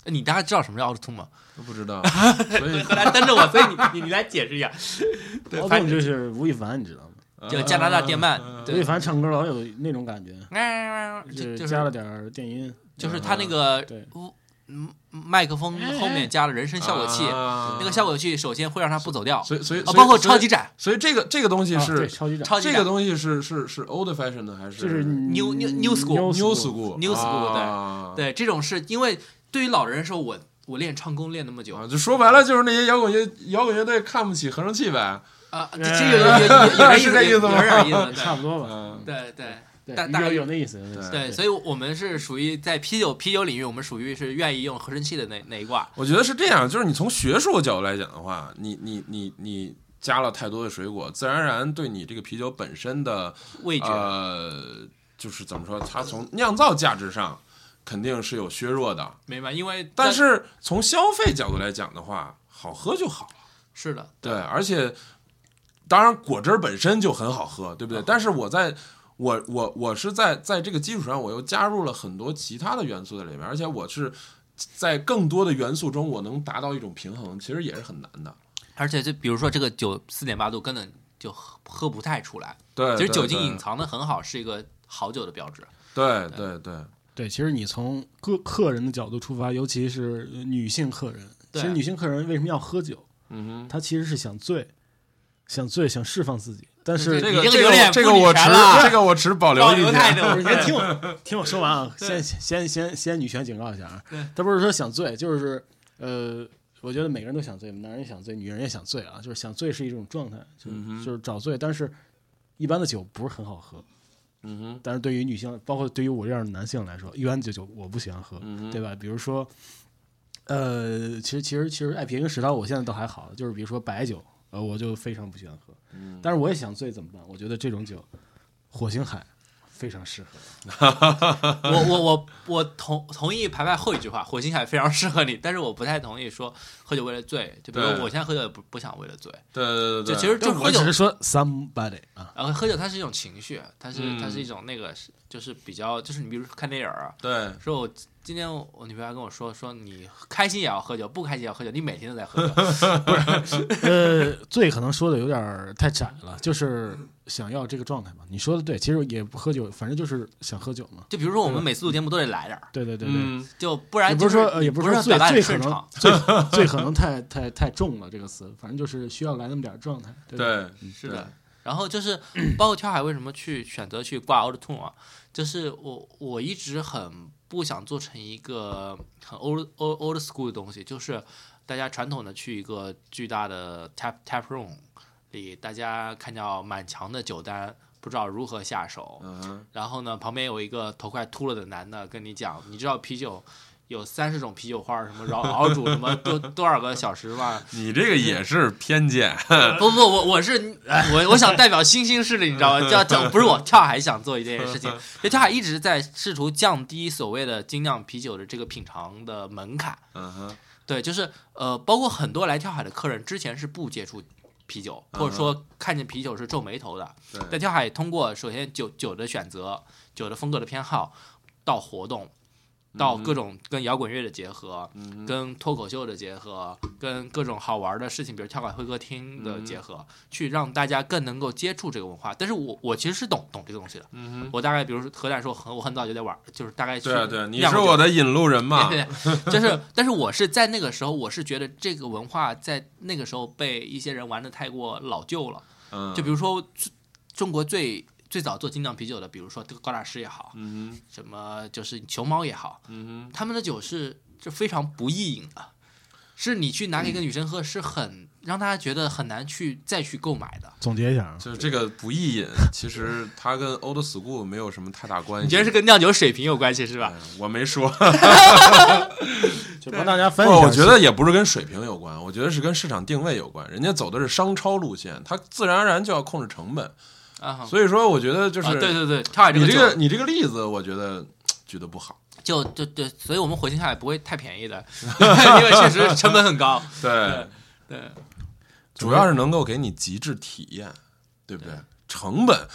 你大概知道什么是奥特兔吗？ 不知道，所以荷兰跟着我，所以你你你来解释一下。 奥特就是吴亦凡，你知道吗？ 就加拿大电鳗， 吴亦凡唱歌老有那种感觉， 就就是加了点电音， 就是他那个对。 嗯，麦克风后面加了人声效果器， 啊、 那个效果器首先会让它不走调， 所以所以、 啊、包括超级展， 所以这个这个东西是、 啊、超级展， 超级展这个东西是是是 old fashion 的还是就是 new new new school new school new school、 啊、 对对，这种是因为对于老人来说，我我练唱功练那么久， 啊、就说白了就是那些摇滚乐摇滚乐队看不起合成器呗啊，这有有有有是这意思吗？ 有点意思， 差不多吧， 嗯、对对。 大大概有那意思， 对，所以我们是属于在啤酒啤酒领域，我们属于是愿意用合成器的那那一挂。 我觉得是这样，就是你从学术角度来讲的话，你你你你加了太多的水果，自然而然对你这个啤酒本身的味觉， 呃，就是怎么说，它从酿造价值上肯定是有削弱的， 明白？因为但是从消费角度来讲的话，好喝就好了。 是的， 对，而且当然果汁本身就很好喝，对不对？嗯、但是我在我我我是在在这个基础上，我又加入了很多其他的元素在里面，而且我是在更多的元素中，我能达到一种平衡，其实也是很难的。 而且就比如说这个酒四点八度，根本就喝喝不太出来。 对， 其实酒精隐藏的很好，是一个好酒的标志。 对对对对，其实你从客客人的角度出发，尤其是女性客人，其实女性客人为什么要喝酒？ 嗯哼， 她其实是想醉，想醉，想释放自己。但是这个这个这个我持这个我持保留意见。 你先听我听我说完啊，先先先先女权警告一下啊，他不是说想醉，就是呃，我觉得每个人都想醉，男人也想醉，女人也想醉啊，就是想醉是一种状态，就是、嗯、就是找醉，但是一般的酒不是很好喝。 嗯哼， 但是对于女性，包括对于我这样的男性来说，一般的酒我不喜欢喝， 嗯、 对吧？比如说，呃，其实其实其实 I P A 跟石涛我现在都还好，就是比如说白酒。呃，我就非常不喜欢喝， 嗯、 但是我也想醉怎么办？我觉得这种酒，火星海非常适合。 我我我我同同意排排后一句话，火星海非常适合你，但是我不太同意说喝酒为了醉。就比如我现在喝酒也不不想为了醉。 对对对， 就其实就喝酒我只是说 somebody 啊， 然后喝酒它是一种情绪，它是、 嗯、 它是一种那个就是比较就是你比如说看电影啊， 对， 说我。今天我女朋友还跟我说说你开心也要喝酒，不开心也要喝酒，你每天都在喝酒。 不是，呃，醉可能说的有点太窄了，就是想要这个状态嘛。你说的对，其实也不喝酒，反正就是想喝酒嘛。 就比如说我们每次录节目都得来点儿， 对对对对， 嗯、 就不然也不是说呃也不是说醉醉可能醉醉可能太太太重了这个词，反正就是需要来那么点状态。对, 对， 嗯、 是的。然后就是包括跳海为什么去选择去挂 old tune 啊，就是我我一直很。不想做成一个很 old old old school 的东西，就是大家传统的去一个巨大的 tap tap room 里，大家看到满墙的酒单，不知道如何下手。 Uh-huh. 然后呢，旁边有一个头快秃了的男的跟你讲，你知道啤酒有三十种啤酒花，什么熬熬煮什么多多少个小时吗？ 你这个也是偏见。 不不，我我是我我想代表新兴势力，你知道吗？叫叫不是我跳海想做一件事情，就跳海一直在试图降低所谓的精酿啤酒的这个品尝的门槛。 嗯哼， 对，就是呃，包括很多来跳海的客人之前是不接触啤酒，或者说看见啤酒是皱眉头的。在跳海通过首先酒酒的选择、酒的风格的偏好到活动。到各种跟摇滚乐的结合、 嗯、 跟脱口秀的结合，跟各种好玩的事情，比如跳海会歌厅的结合、嗯、去让大家更能够接触这个文化。但是我我其实是懂懂这个东西的、 嗯、 我大概比如说何诞说很我很早就在玩，就是大概去对啊对啊，你是我的引路人嘛。 对对对，就是但是我是在那个时候，我是觉得这个文化在那个时候被一些人玩的太过老旧了、 嗯、 就比如说中国最最早做精酿啤酒的，比如说这个高大师也好， 嗯， 什么就是熊猫也好， 嗯， 他们的酒是就非常不易饮的，是你去拿给一个女生喝，是很让大家觉得很难去再去购买的。 总结一下， 就是这个不易饮，其实它跟 old school 没有什么太大关系。 你觉得是跟酿酒水平有关系是吧？ 我没说， 就帮大家分析。 我觉得也不是跟水平有关，我觉得是跟市场定位有关。人家走的是商超路线，它自然而然就要控制成本。 啊， 所以说我觉得就是、啊、 对对对，跳海这个你这个你这个例子，我觉得举得不好。 就就对，所以我们火星下海不会太便宜的，因为确实成本很高。 对对, 对， 主要是能够给你极致体验，对不对？对成本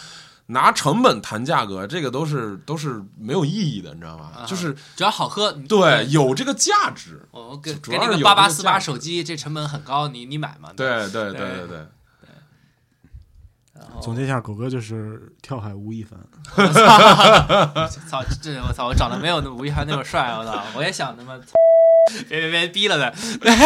拿成本谈价格，这个都是都是没有意义的，你知道吗？ 啊、 就是只要好喝， 对，有这个价值。 我给主给你个八八四八手机，这成本很高，你你买嘛？ 对对对对对。 总结一下，狗哥就是跳海吴亦凡。 操，这我操，我长得没有那吴亦凡那么帅，我操！我也想他妈，别别别逼了的。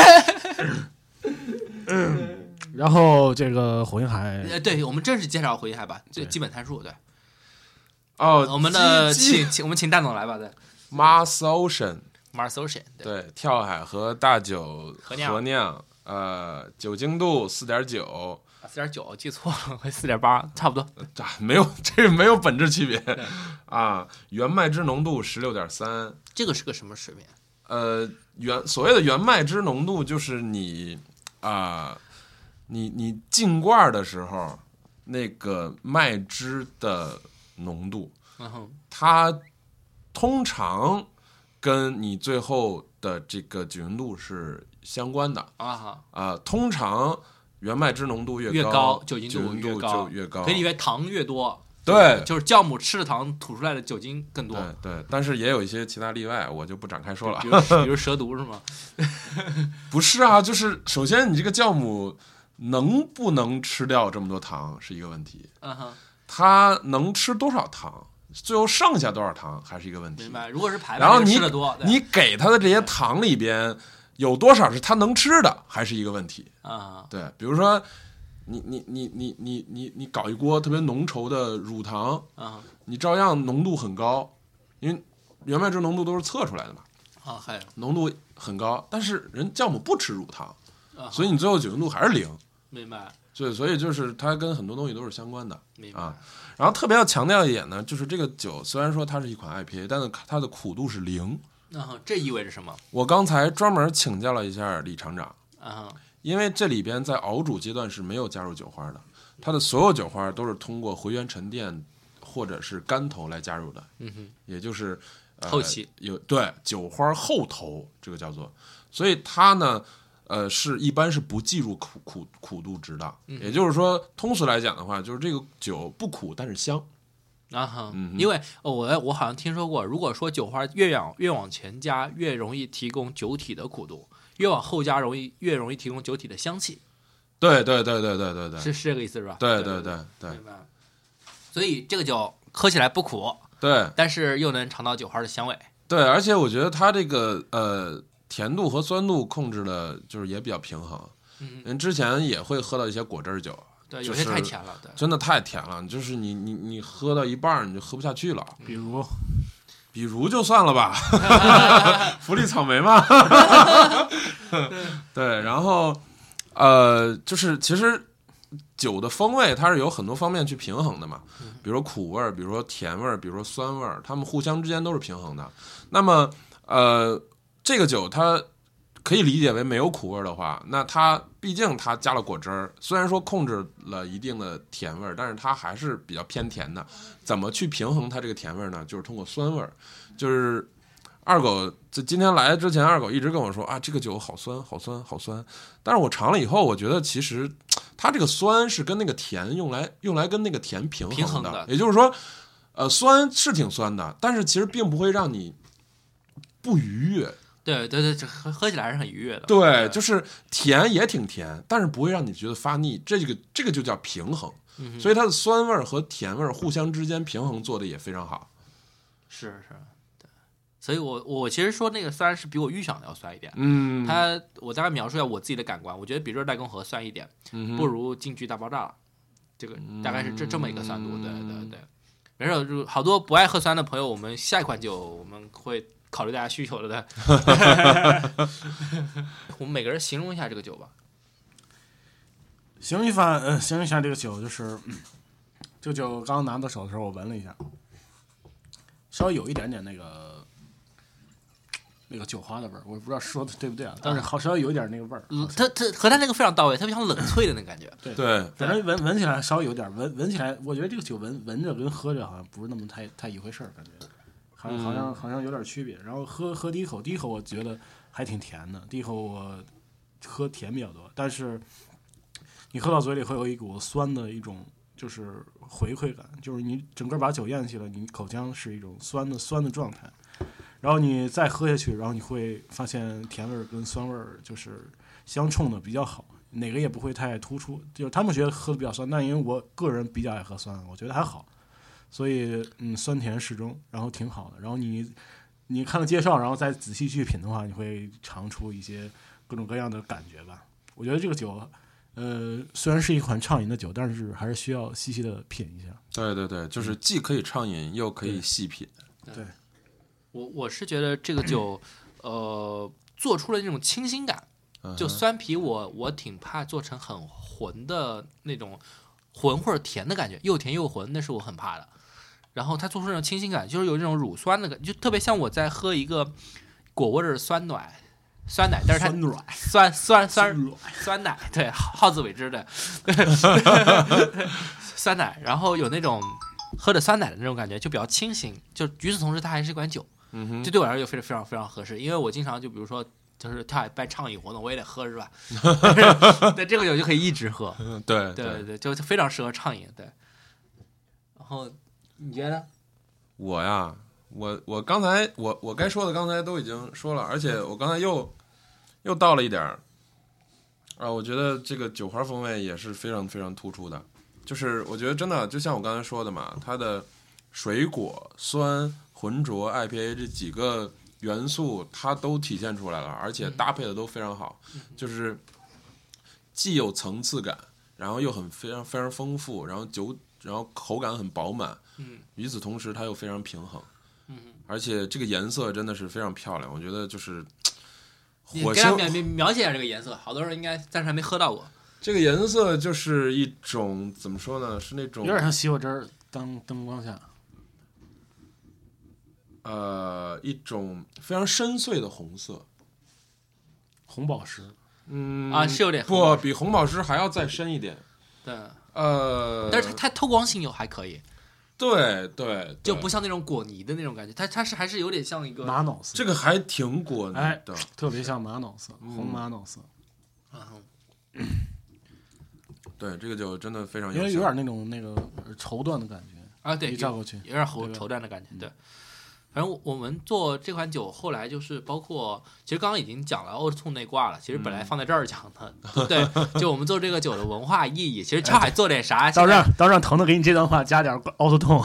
然后这个火星海， 呃，对我们正式介绍火星海吧，这基本参数对。 哦， 我们的请请我们请蛋总来吧，对。 Mars Ocean。Mars Ocean 对，跳海和大酒合酿， 合酿，呃，酒精度四点九。 四点九，记错了，会四点八，差不多。 啊，没有，这没有本质区别啊。原麦汁浓度十六点三， 这个是个什么水平？ 呃，原所谓的原麦汁浓度就是你啊、呃，你你进罐的时候那个麦汁的浓度， 嗯、 它通常跟你最后的这个酒精度是相关的啊哈啊、呃，通常。原麦汁浓度越高， 越高酒精度越高， 越高。 可以以为糖越多， 对， 就是酵母吃的糖吐出来的酒精更多。 对对，但是也有一些其他例外，我就不展开说了。 比如，比如蛇毒是吗？ 不是啊，就是首先你这个酵母能不能吃掉这么多糖是一个问题， 嗯哼， 它能吃多少糖，最后剩下多少糖还是一个问题。 明白？如果是排， 然后你吃的多， 你给它的这些糖里边有多少是它能吃的，还是一个问题啊？ 对，比如说。你你你你你你你搞一锅特别浓稠的乳糖， 啊， 你照样浓度很高，因为原麦汁浓度都是测出来的嘛， 啊，还有浓度很高，但是人酵母不吃乳糖， 啊、 所以你最后酒精度还是零。 明白。 所以所以就是它跟很多东西都是相关的， 明白。 啊，然后特别要强调一点呢，就是这个酒虽然说它是一款 I P A， 但是它的苦度是零。 啊，这意味着什么？ 我刚才专门请教了一下李厂长啊。 因为这里边在熬煮阶段是没有加入酒花的，它的所有酒花都是通过回源沉淀或者是干头来加入的， 嗯哼， 也就是、呃、 后期有对酒花后头这个叫做，所以它呢，呃是一般是不计入苦苦苦度值的、嗯，也就是说通俗来讲的话，就是这个酒不苦但是香。 啊哈、 嗯， 因为、哦、我我好像听说过，如果说酒花越往越往前加，越容易提供酒体的苦度。越往后加容易越容易提供酒体的香气， 对对对对对对对， 是是这个意思是吧？ 对对对对， 明白。所以这个酒喝起来不苦， 对， 但是又能尝到酒花的香味， 对，而且我觉得它这个呃甜度和酸度控制的就是也比较平衡。 嗯， 人之前也会喝到一些果汁酒， 对， 就是、 有些太甜了，对， 真的太甜了，就是你你你喝到一半你就喝不下去了， 比如。 比如就算了吧，福利草莓嘛。对，然后呃，就是其实酒的风味它是有很多方面去平衡的嘛，比如说苦味儿，比如说甜味儿，比如说酸味儿，它们互相之间都是平衡的。那么呃，这个酒它可以理解为没有苦味的话，那它毕竟它加了果汁儿，虽然说控制了一定的甜味儿，但是它还是比较偏甜的。怎么去平衡它这个甜味儿呢？就是通过酸味儿。就是二狗在今天来之前，二狗一直跟我说啊，这个酒好酸，好酸，好酸。但是我尝了以后，我觉得其实它这个酸是跟那个甜用来用来跟那个甜平衡的， 平衡的也就是说，呃，酸是挺酸的，但是其实并不会让你不愉悦。 对对对，这喝喝起来还是很愉悦的。 对，对就是甜也挺甜，但是不会让你觉得发腻，这个这个就叫平衡。 嗯、 所以它的酸味和甜味互相之间平衡做的也非常好。 是是，对。所以我我其实说那个酸是比我预想的要酸一点。 嗯， 它我大概描述一下我自己的感官，我觉得比热带共和酸一点， 嗯、 不如京剧大爆炸了。这个大概是这这么一个酸度。对对对，没事，就好多不爱喝酸的朋友，我们下一款酒我们会考虑大家需求的的。我们每个人形容一下这个酒吧。 形容一番，呃，形容一下这个酒，就是、嗯、这个酒刚刚拿到手的时候，我闻了一下，稍微有一点点那个那个酒花的味儿，我不知道说的对不对啊，但是好稍微有一点那个味儿。 嗯，它它和它那个非常到位，特别像冷萃的那个感觉。 对对， 反正闻闻起来稍微有点闻闻起来，我觉得这个酒闻闻着跟喝着好像不是那么太太一回事儿，感觉好像好像好像有点区别。然后喝喝第一口，第一口我觉得还挺甜的，第一口我喝甜比较多，但是你喝到嘴里会有一股酸的一种就是回馈感，就是你整个把酒咽下去了，你口腔是一种酸的酸的状态，然后你再喝下去，然后你会发现甜味儿跟酸味儿就是相冲的比较好，哪个也不会太突出。就是他们觉得喝的比较酸，但因为我个人比较爱喝酸，我觉得还好，所以嗯，酸甜适中，然后挺好的。然后你你看了介绍，然后再仔细去品的话，你会尝出一些各种各样的感觉吧。我觉得这个酒，呃，虽然是一款畅饮的酒，但是还是需要细细的品一下。 对对对，就是既可以畅饮，又可以细品。 对。对我我是觉得这个酒，呃，做出了那种清新感。就酸啤我，我挺怕做成很浑的那种浑或者甜的感觉，又甜又浑，那是我很怕的。然后它做出那种清新感，就是有这种乳酸的感觉，就特别像我在喝一个果味的酸奶，酸奶，但是它酸酸酸酸奶，对，好自为之的酸奶，然后有那种喝的酸奶的那种感觉，就比较清新。就与此同时，它还是一款酒。 嗯哼， 这对我来说就非常非常非常合适，因为我经常就比如说就是跳海办畅饮活动，我也得喝是吧？对，这个酒就可以一直喝。 对对对对，就非常适合畅饮。对，然后你觉得？ 我呀，我我刚才我我该说的刚才都已经说了，而且我刚才又又倒了一点儿啊，我觉得这个酒花风味也是非常非常突出的，就是我觉得真的就像我刚才说的嘛，它的水果酸。浑浊 I P A 这几个元素它都体现出来了，而且搭配的都非常好，就是既有层次感，然后又很非常非常丰富，然后酒然后口感很饱满，与此同时它又非常平衡，而且这个颜色真的是非常漂亮，我觉得就是火星。你给他描描写一下这个颜色，好多人应该暂时还没喝到过。 这个颜色就是一种怎么说呢？是那种有点像西瓜汁儿，当灯光下。 呃，一种非常深邃的红色， 红宝石， 嗯啊，是有点不比红宝石还要再深一点， 对， 呃， 但是它它透光性又还可以， 对 对, 对， 就不像那种果泥的那种感觉，它它是还是有点像一个玛瑙色， 这个还挺果泥的， 哎，特别像玛瑙色，红玛瑙色， 嗯， 对，这个酒真的非常有， 因为有点那种那个绸缎的感觉啊，对， 一照过去有点绸绸缎的感觉，对。反正我们做这款酒，后来就是包括，其实刚刚已经讲了欧兔那挂了，其实本来放在这儿讲的，嗯、对，就我们做这个酒的文化意义，其实跳海做点啥？ 到让到让腾腾给你这段话加点奥特痛。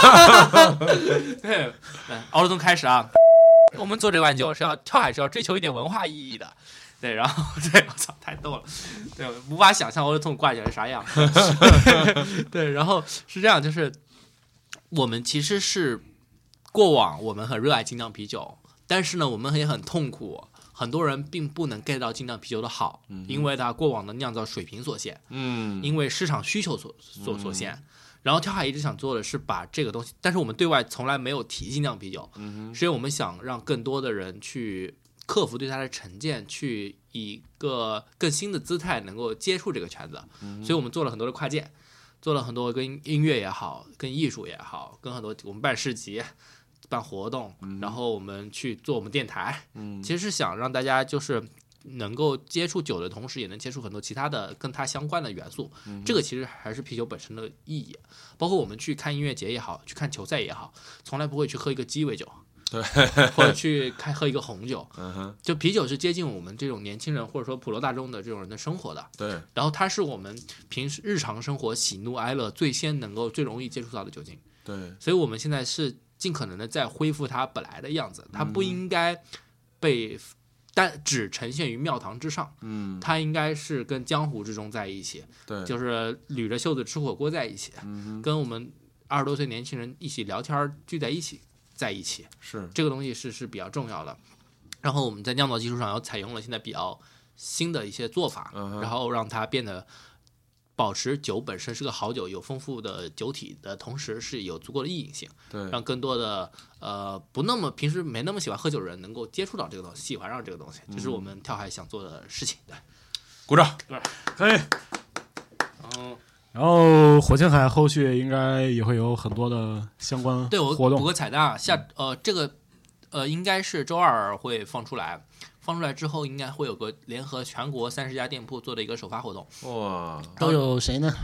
对，奥特痛开始啊！我们做这款酒是要跳海是要追求一点文化意义的，对，然后对，我操，太逗了，对，无法想象欧特痛挂起来是啥样。对，然后是这样，就是我们其实是。过往我们很热爱精酿啤酒，但是呢，我们也很痛苦。很多人并不能 get 到精酿啤酒的好， 嗯、 因为它过往的酿造水平所限， 嗯， 因为市场需求所所所限。嗯、然后跳海一直想做的是把这个东西，但是我们对外从来没有提精酿啤酒， 嗯， 所以我们想让更多的人去克服对它的成见，去以一个更新的姿态能够接触这个圈子。 嗯、 所以我们做了很多的跨界，做了很多跟音乐也好，跟艺术也好，跟很多我们办市集。办活动，然后我们去做我们电台， 嗯， 其实是想让大家就是能够接触酒的同时，也能接触很多其他的跟它相关的元素。 嗯、 这个其实还是啤酒本身的意义。包括我们去看音乐节也好，去看球赛也好，从来不会去喝一个鸡尾酒， 对， 或者去开喝一个红酒。 嗯哼， 就啤酒是接近我们这种年轻人或者说普罗大众的这种人的生活的。 对， 然后它是我们平时日常生活喜怒哀乐最先能够最容易接触到的酒精。 对， 所以我们现在是。尽可能的再恢复它本来的样子，它不应该被单只呈现于庙堂之上， 嗯， 它应该是跟江湖之中在一起， 对， 就是捋着袖子吃火锅在一起， 嗯， 跟我们二十多岁年轻人一起聊天聚在一起，在一起， 是这个东西是是比较重要的。然后我们在酿造基础上，又采用了现在比较新的一些做法， 嗯、 然后让它变得。保持酒本身是个好酒，有丰富的酒体的同时是有足够的易饮性， 对， 让更多的呃不那么平时没那么喜欢喝酒的人能够接触到这个东西，喜欢上这个东西，这是我们跳海想做的事情。对， 鼓掌， 对， 可以。 嗯， 然后火星海后续应该也会有很多的相关活动。 对，我补个彩蛋啊，下呃这个呃应该是周二会放出来。放出来之后，应该会有个联合全国三十家店铺做的一个首发活动。 哇， 都有谁呢？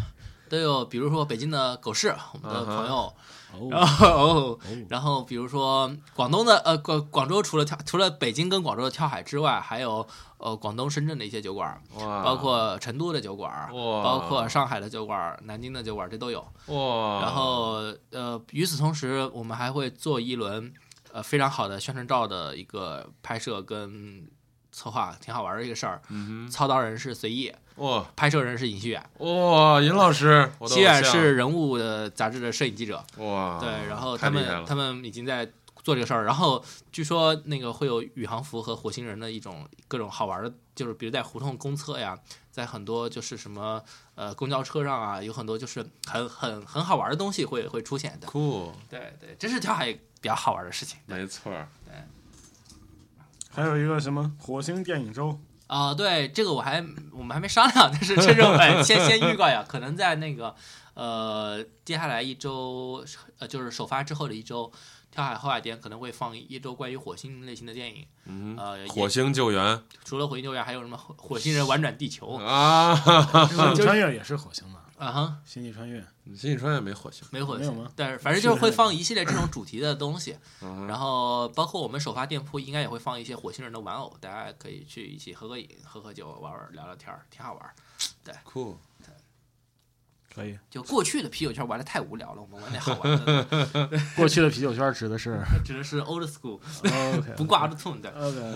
都有，比如说北京的狗市，我们的朋友。 哦、 然后、哦，然后比如说广东的呃广广州除了跳除了北京跟广州的跳海之外，还有呃广东深圳的一些酒馆，包括成都的酒馆，包括上海的酒馆、南京的酒馆，这都有。 哇！ 然后呃与此同时，我们还会做一轮呃非常好的宣传照的一个拍摄跟策划，挺好玩的一个事儿。 嗯哼， 操刀人是随意。 哇， 拍摄人是尹锡远， 哇，尹老师， 锡远是人物的杂志的摄影记者， 哇， 对，然后他们他们已经在做这个事儿，然后据说那个会有宇航服和火星人的一种各种好玩的，就是比如在胡同公厕呀，在很多就是什么呃公交车上啊，有很多就是很很很好玩的东西会会出现的， 酷， 对对，这是跳海比较好玩的事情， 没错， 对， 还有一个什么火星电影周。 啊、呃，对，这个我还我们还没商量，但是这种先先预告呀，可能在那个呃接下来一周，呃就是首发之后的一周，跳海后海店可能会放一周关于火星类型的电影， 嗯， 呃， 火星救援， 除了火星救援，还有什么火星人玩转地球啊， 星际穿越也是火星的啊哈， 星际穿越， 星际穿越没火星， 没火星没有吗？ 但是反正就是会放一系列这种主题的东西， 嗯、 然后包括我们首发店铺应该也会放一些火星人的玩偶，大家可以去一起喝喝饮、喝喝酒、玩玩、聊聊天，挺好玩。对， 酷， 对， 可以。 就过去的啤酒圈玩的太无聊了，我们玩点好玩的。 过去的啤酒圈指的是指的是 old school， okay, 不挂 auto tune 的。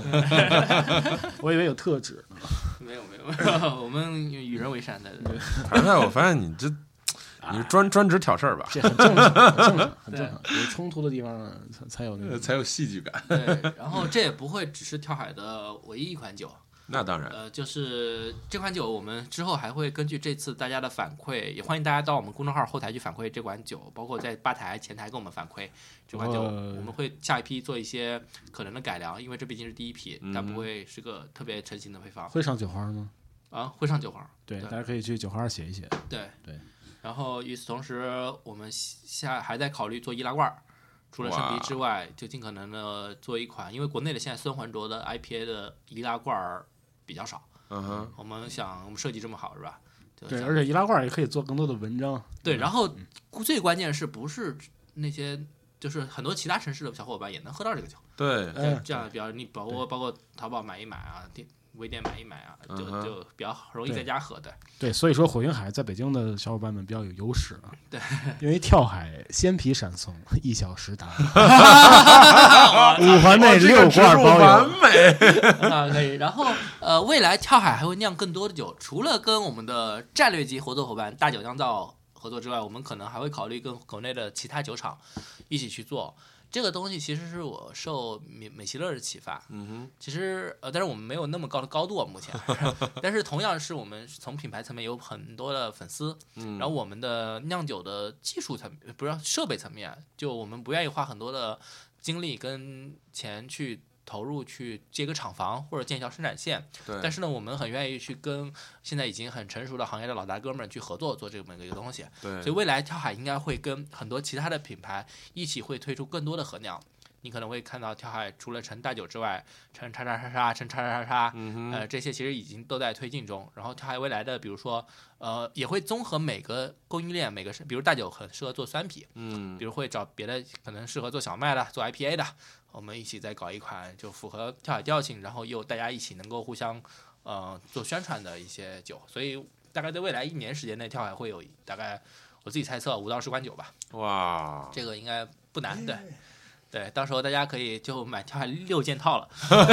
OK， 我以为有特指呢。 没有没有没有，我们与人为善的。 反正我发现你这。你是专专职挑事儿吧？ 这很正常，很正常，很正常。有冲突的地方才才有那个， 才有戏剧感。 对，然后这也不会只是跳海的唯一一款酒。 那当然。 呃，就是这款酒，我们之后还会根据这次大家的反馈，也欢迎大家到我们公众号后台去反馈这款酒，包括在吧台、前台跟我们反馈这款酒， 呃、 我们会下一批做一些可能的改良，因为这毕竟是第一批，但不会是个特别成型的配方。 会上酒花吗？ 啊，会上酒花。 对， 对大家可以去酒花写一写。 对对。 然后与此同时，我们下还在考虑做易拉罐，除了生啤之外，就尽可能的做一款，因为国内的现在酸环浊的 I P A 的易拉罐比较少。 嗯哼， 我们想我们设计这么好是吧？ 对，而且易拉罐也可以做更多的文章。 对，然后最关键是不是那些就是很多其他城市的小伙伴也能喝到这个酒？ 对， 这样比较你包括包括淘宝买一买啊。微店买一买啊，就就比较容易在家喝的。 对，所以说火星海在北京的小伙伴们比较有优势啊。 对， 因为跳海鲜啤闪送，一小时达。五环内六罐包邮， 完美啊，可以。然后呃，未来跳海还会酿更多的酒，除了跟我们的战略级合作伙伴大酒酿造合作之外，我们可能还会考虑跟国内的其他酒厂一起去做。这个东西其实是我受美美其乐的启发， 嗯哼， 其实呃，但是我们没有那么高的高度啊，目前，但是同样是我们从品牌层面有很多的粉丝， 嗯， 然后我们的酿酒的技术层面，不是设备层面，就我们不愿意花很多的精力跟钱去投入去接个厂房或者建一条生产线， 对， 但是呢，我们很愿意去跟现在已经很成熟的行业的老大哥们去合作做这么一个东西， 对， 所以未来跳海应该会跟很多其他的品牌一起会推出更多的合酿。你可能会看到跳海除了陈大酒之外，陈叉叉叉叉、陈叉叉叉叉， 嗯呃，这些其实已经都在推进中。然后跳海未来的，比如说，呃，也会综合每个供应链，每个是，比如大酒很适合做酸啤， 嗯， 比如会找别的可能适合做小麦的、做 I P A 的，我们一起再搞一款就符合跳海调性，然后又大家一起能够互相呃做宣传的一些酒。所以大概在未来一年时间内，跳海会有大概我自己猜测五到十款酒吧。 哇， 这个应该不难，对。对，到时候大家可以就买跳海六件套了。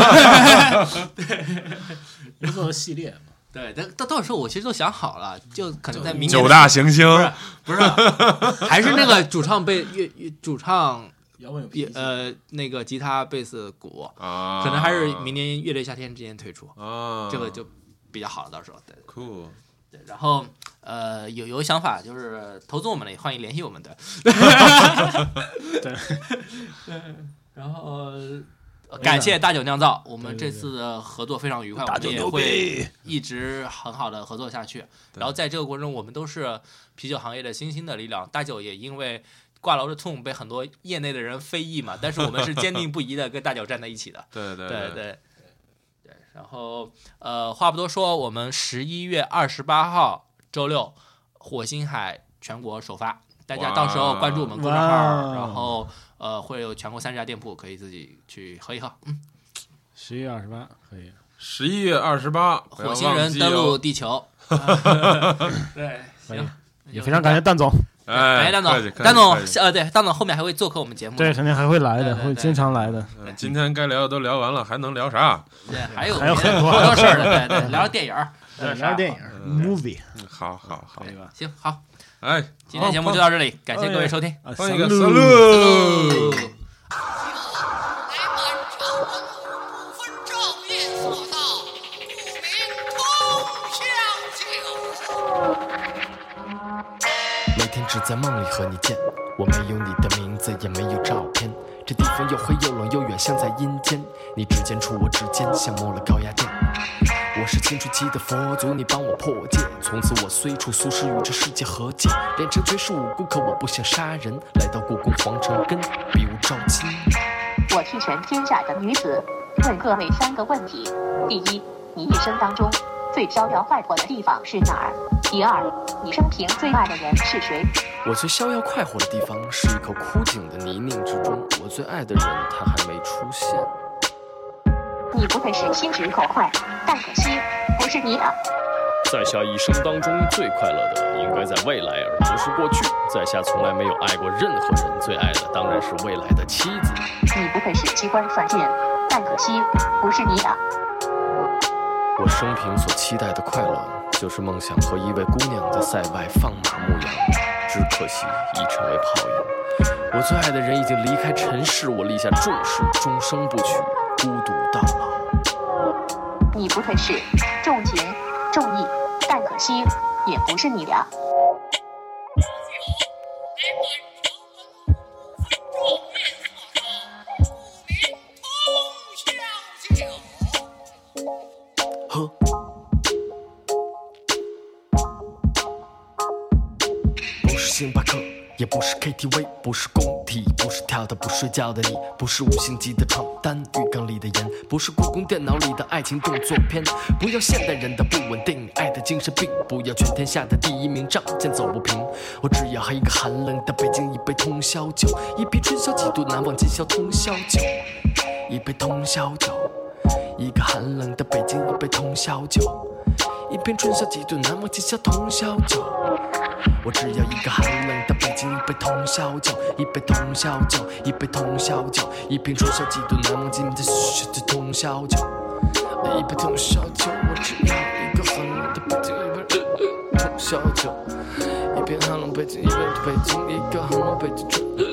对，做个系列嘛。 对，但到到时候我其实都想好了，就可能在明年九大行星不是，不是还是那个主唱贝乐主唱也呃那个吉他贝斯鼓啊， 可能还是明年乐队夏天之间推出啊， 这个就比较好了，到时候对。 酷。 对，然后呃有有想法就是投资我们的也欢迎联系我们的。 对， 然后感谢大酒酿造，我们这次的合作非常愉快，我们也会一直很好的合作下去。然后在这个过程中，我们都是啤酒行业的新兴的力量，大酒也因为挂楼的痛被很多业内的人非议嘛，但是我们是坚定不移的跟大酒站在一起的。 对对对对。然后，呃，话不多说，我们十一月二十八号周六火星海全国首发，大家到时候关注我们公众号，然后呃会有全国三十家店铺可以自己去喝一喝。嗯， 十一月二十八可以。 十一月二十八， 火星人登陆地球。对，行， 也非常感谢蛋总。 哎，蛋总，蛋总，呃，对，蛋总后面还会做客我们节目， 对，肯定还会来的，会经常来的。 今天该聊的都聊完了，还能聊啥？ 对，还有还有很多好多事儿呢，对对，聊聊电影， 聊聊电影 ，movie。 好好好， 行好， 哎， 今天节目就到这里，感谢各位收听， 欢迎个 salute。 只在梦里和你见，我没有你的名字，也没有照片。这地方又黑又冷又远，像在阴间。你指尖触我指尖，像摸了高压电。我是青春期的佛祖，你帮我破戒。从此我虽处俗世，与这世界和解。练成绝世武功，可我不想杀人。来到故宫皇城根，比武招亲。 我替全天下的女子问各位三个问题：第一，你一生当中最逍遥快活的地方是哪儿？第二，你生平最爱的人是谁？ 我最逍遥快活的地方是一口枯井的泥泞之中，我最爱的人他还没出现。 你不愧是心直口快，但可惜不是你的。 在下一生当中最快乐的应该在未来，而不是过去。在下从来没有爱过任何人，最爱的当然是未来的妻子。 你不愧是机关算尽，但可惜不是你的。 我生平所期待的快乐，就是梦想和一位姑娘在塞外放马牧羊，只可惜已成为泡影。我最爱的人已经离开尘世，我立下重誓，终生不娶，孤独到老。 你不愧是重情重义，但可惜也不是你的。 喝。不是星巴克，也不是 K T V， 不是工体，不是跳的不睡觉的你，不是五星级的床单，浴缸里的盐，不是故宫电脑里的爱情动作片。不要现代人的不稳定，爱的精神病，不要全天下的第一名，仗剑走不平。我只要喝一个寒冷的北京，一杯通宵酒，一瓶春宵几度难忘今宵通宵酒，一杯通宵酒。一个寒冷的北京，一杯通宵酒，一瓶春宵几度难忘今宵通宵酒。我只要一个寒冷的北京，一杯通宵酒，一杯通宵酒，一杯通宵酒，一瓶春宵几度难忘今宵通宵酒，一杯通宵酒。我只要一个寒冷的北京，一杯通宵酒，一瓶寒冷北京，一杯北京，一个寒冷北京。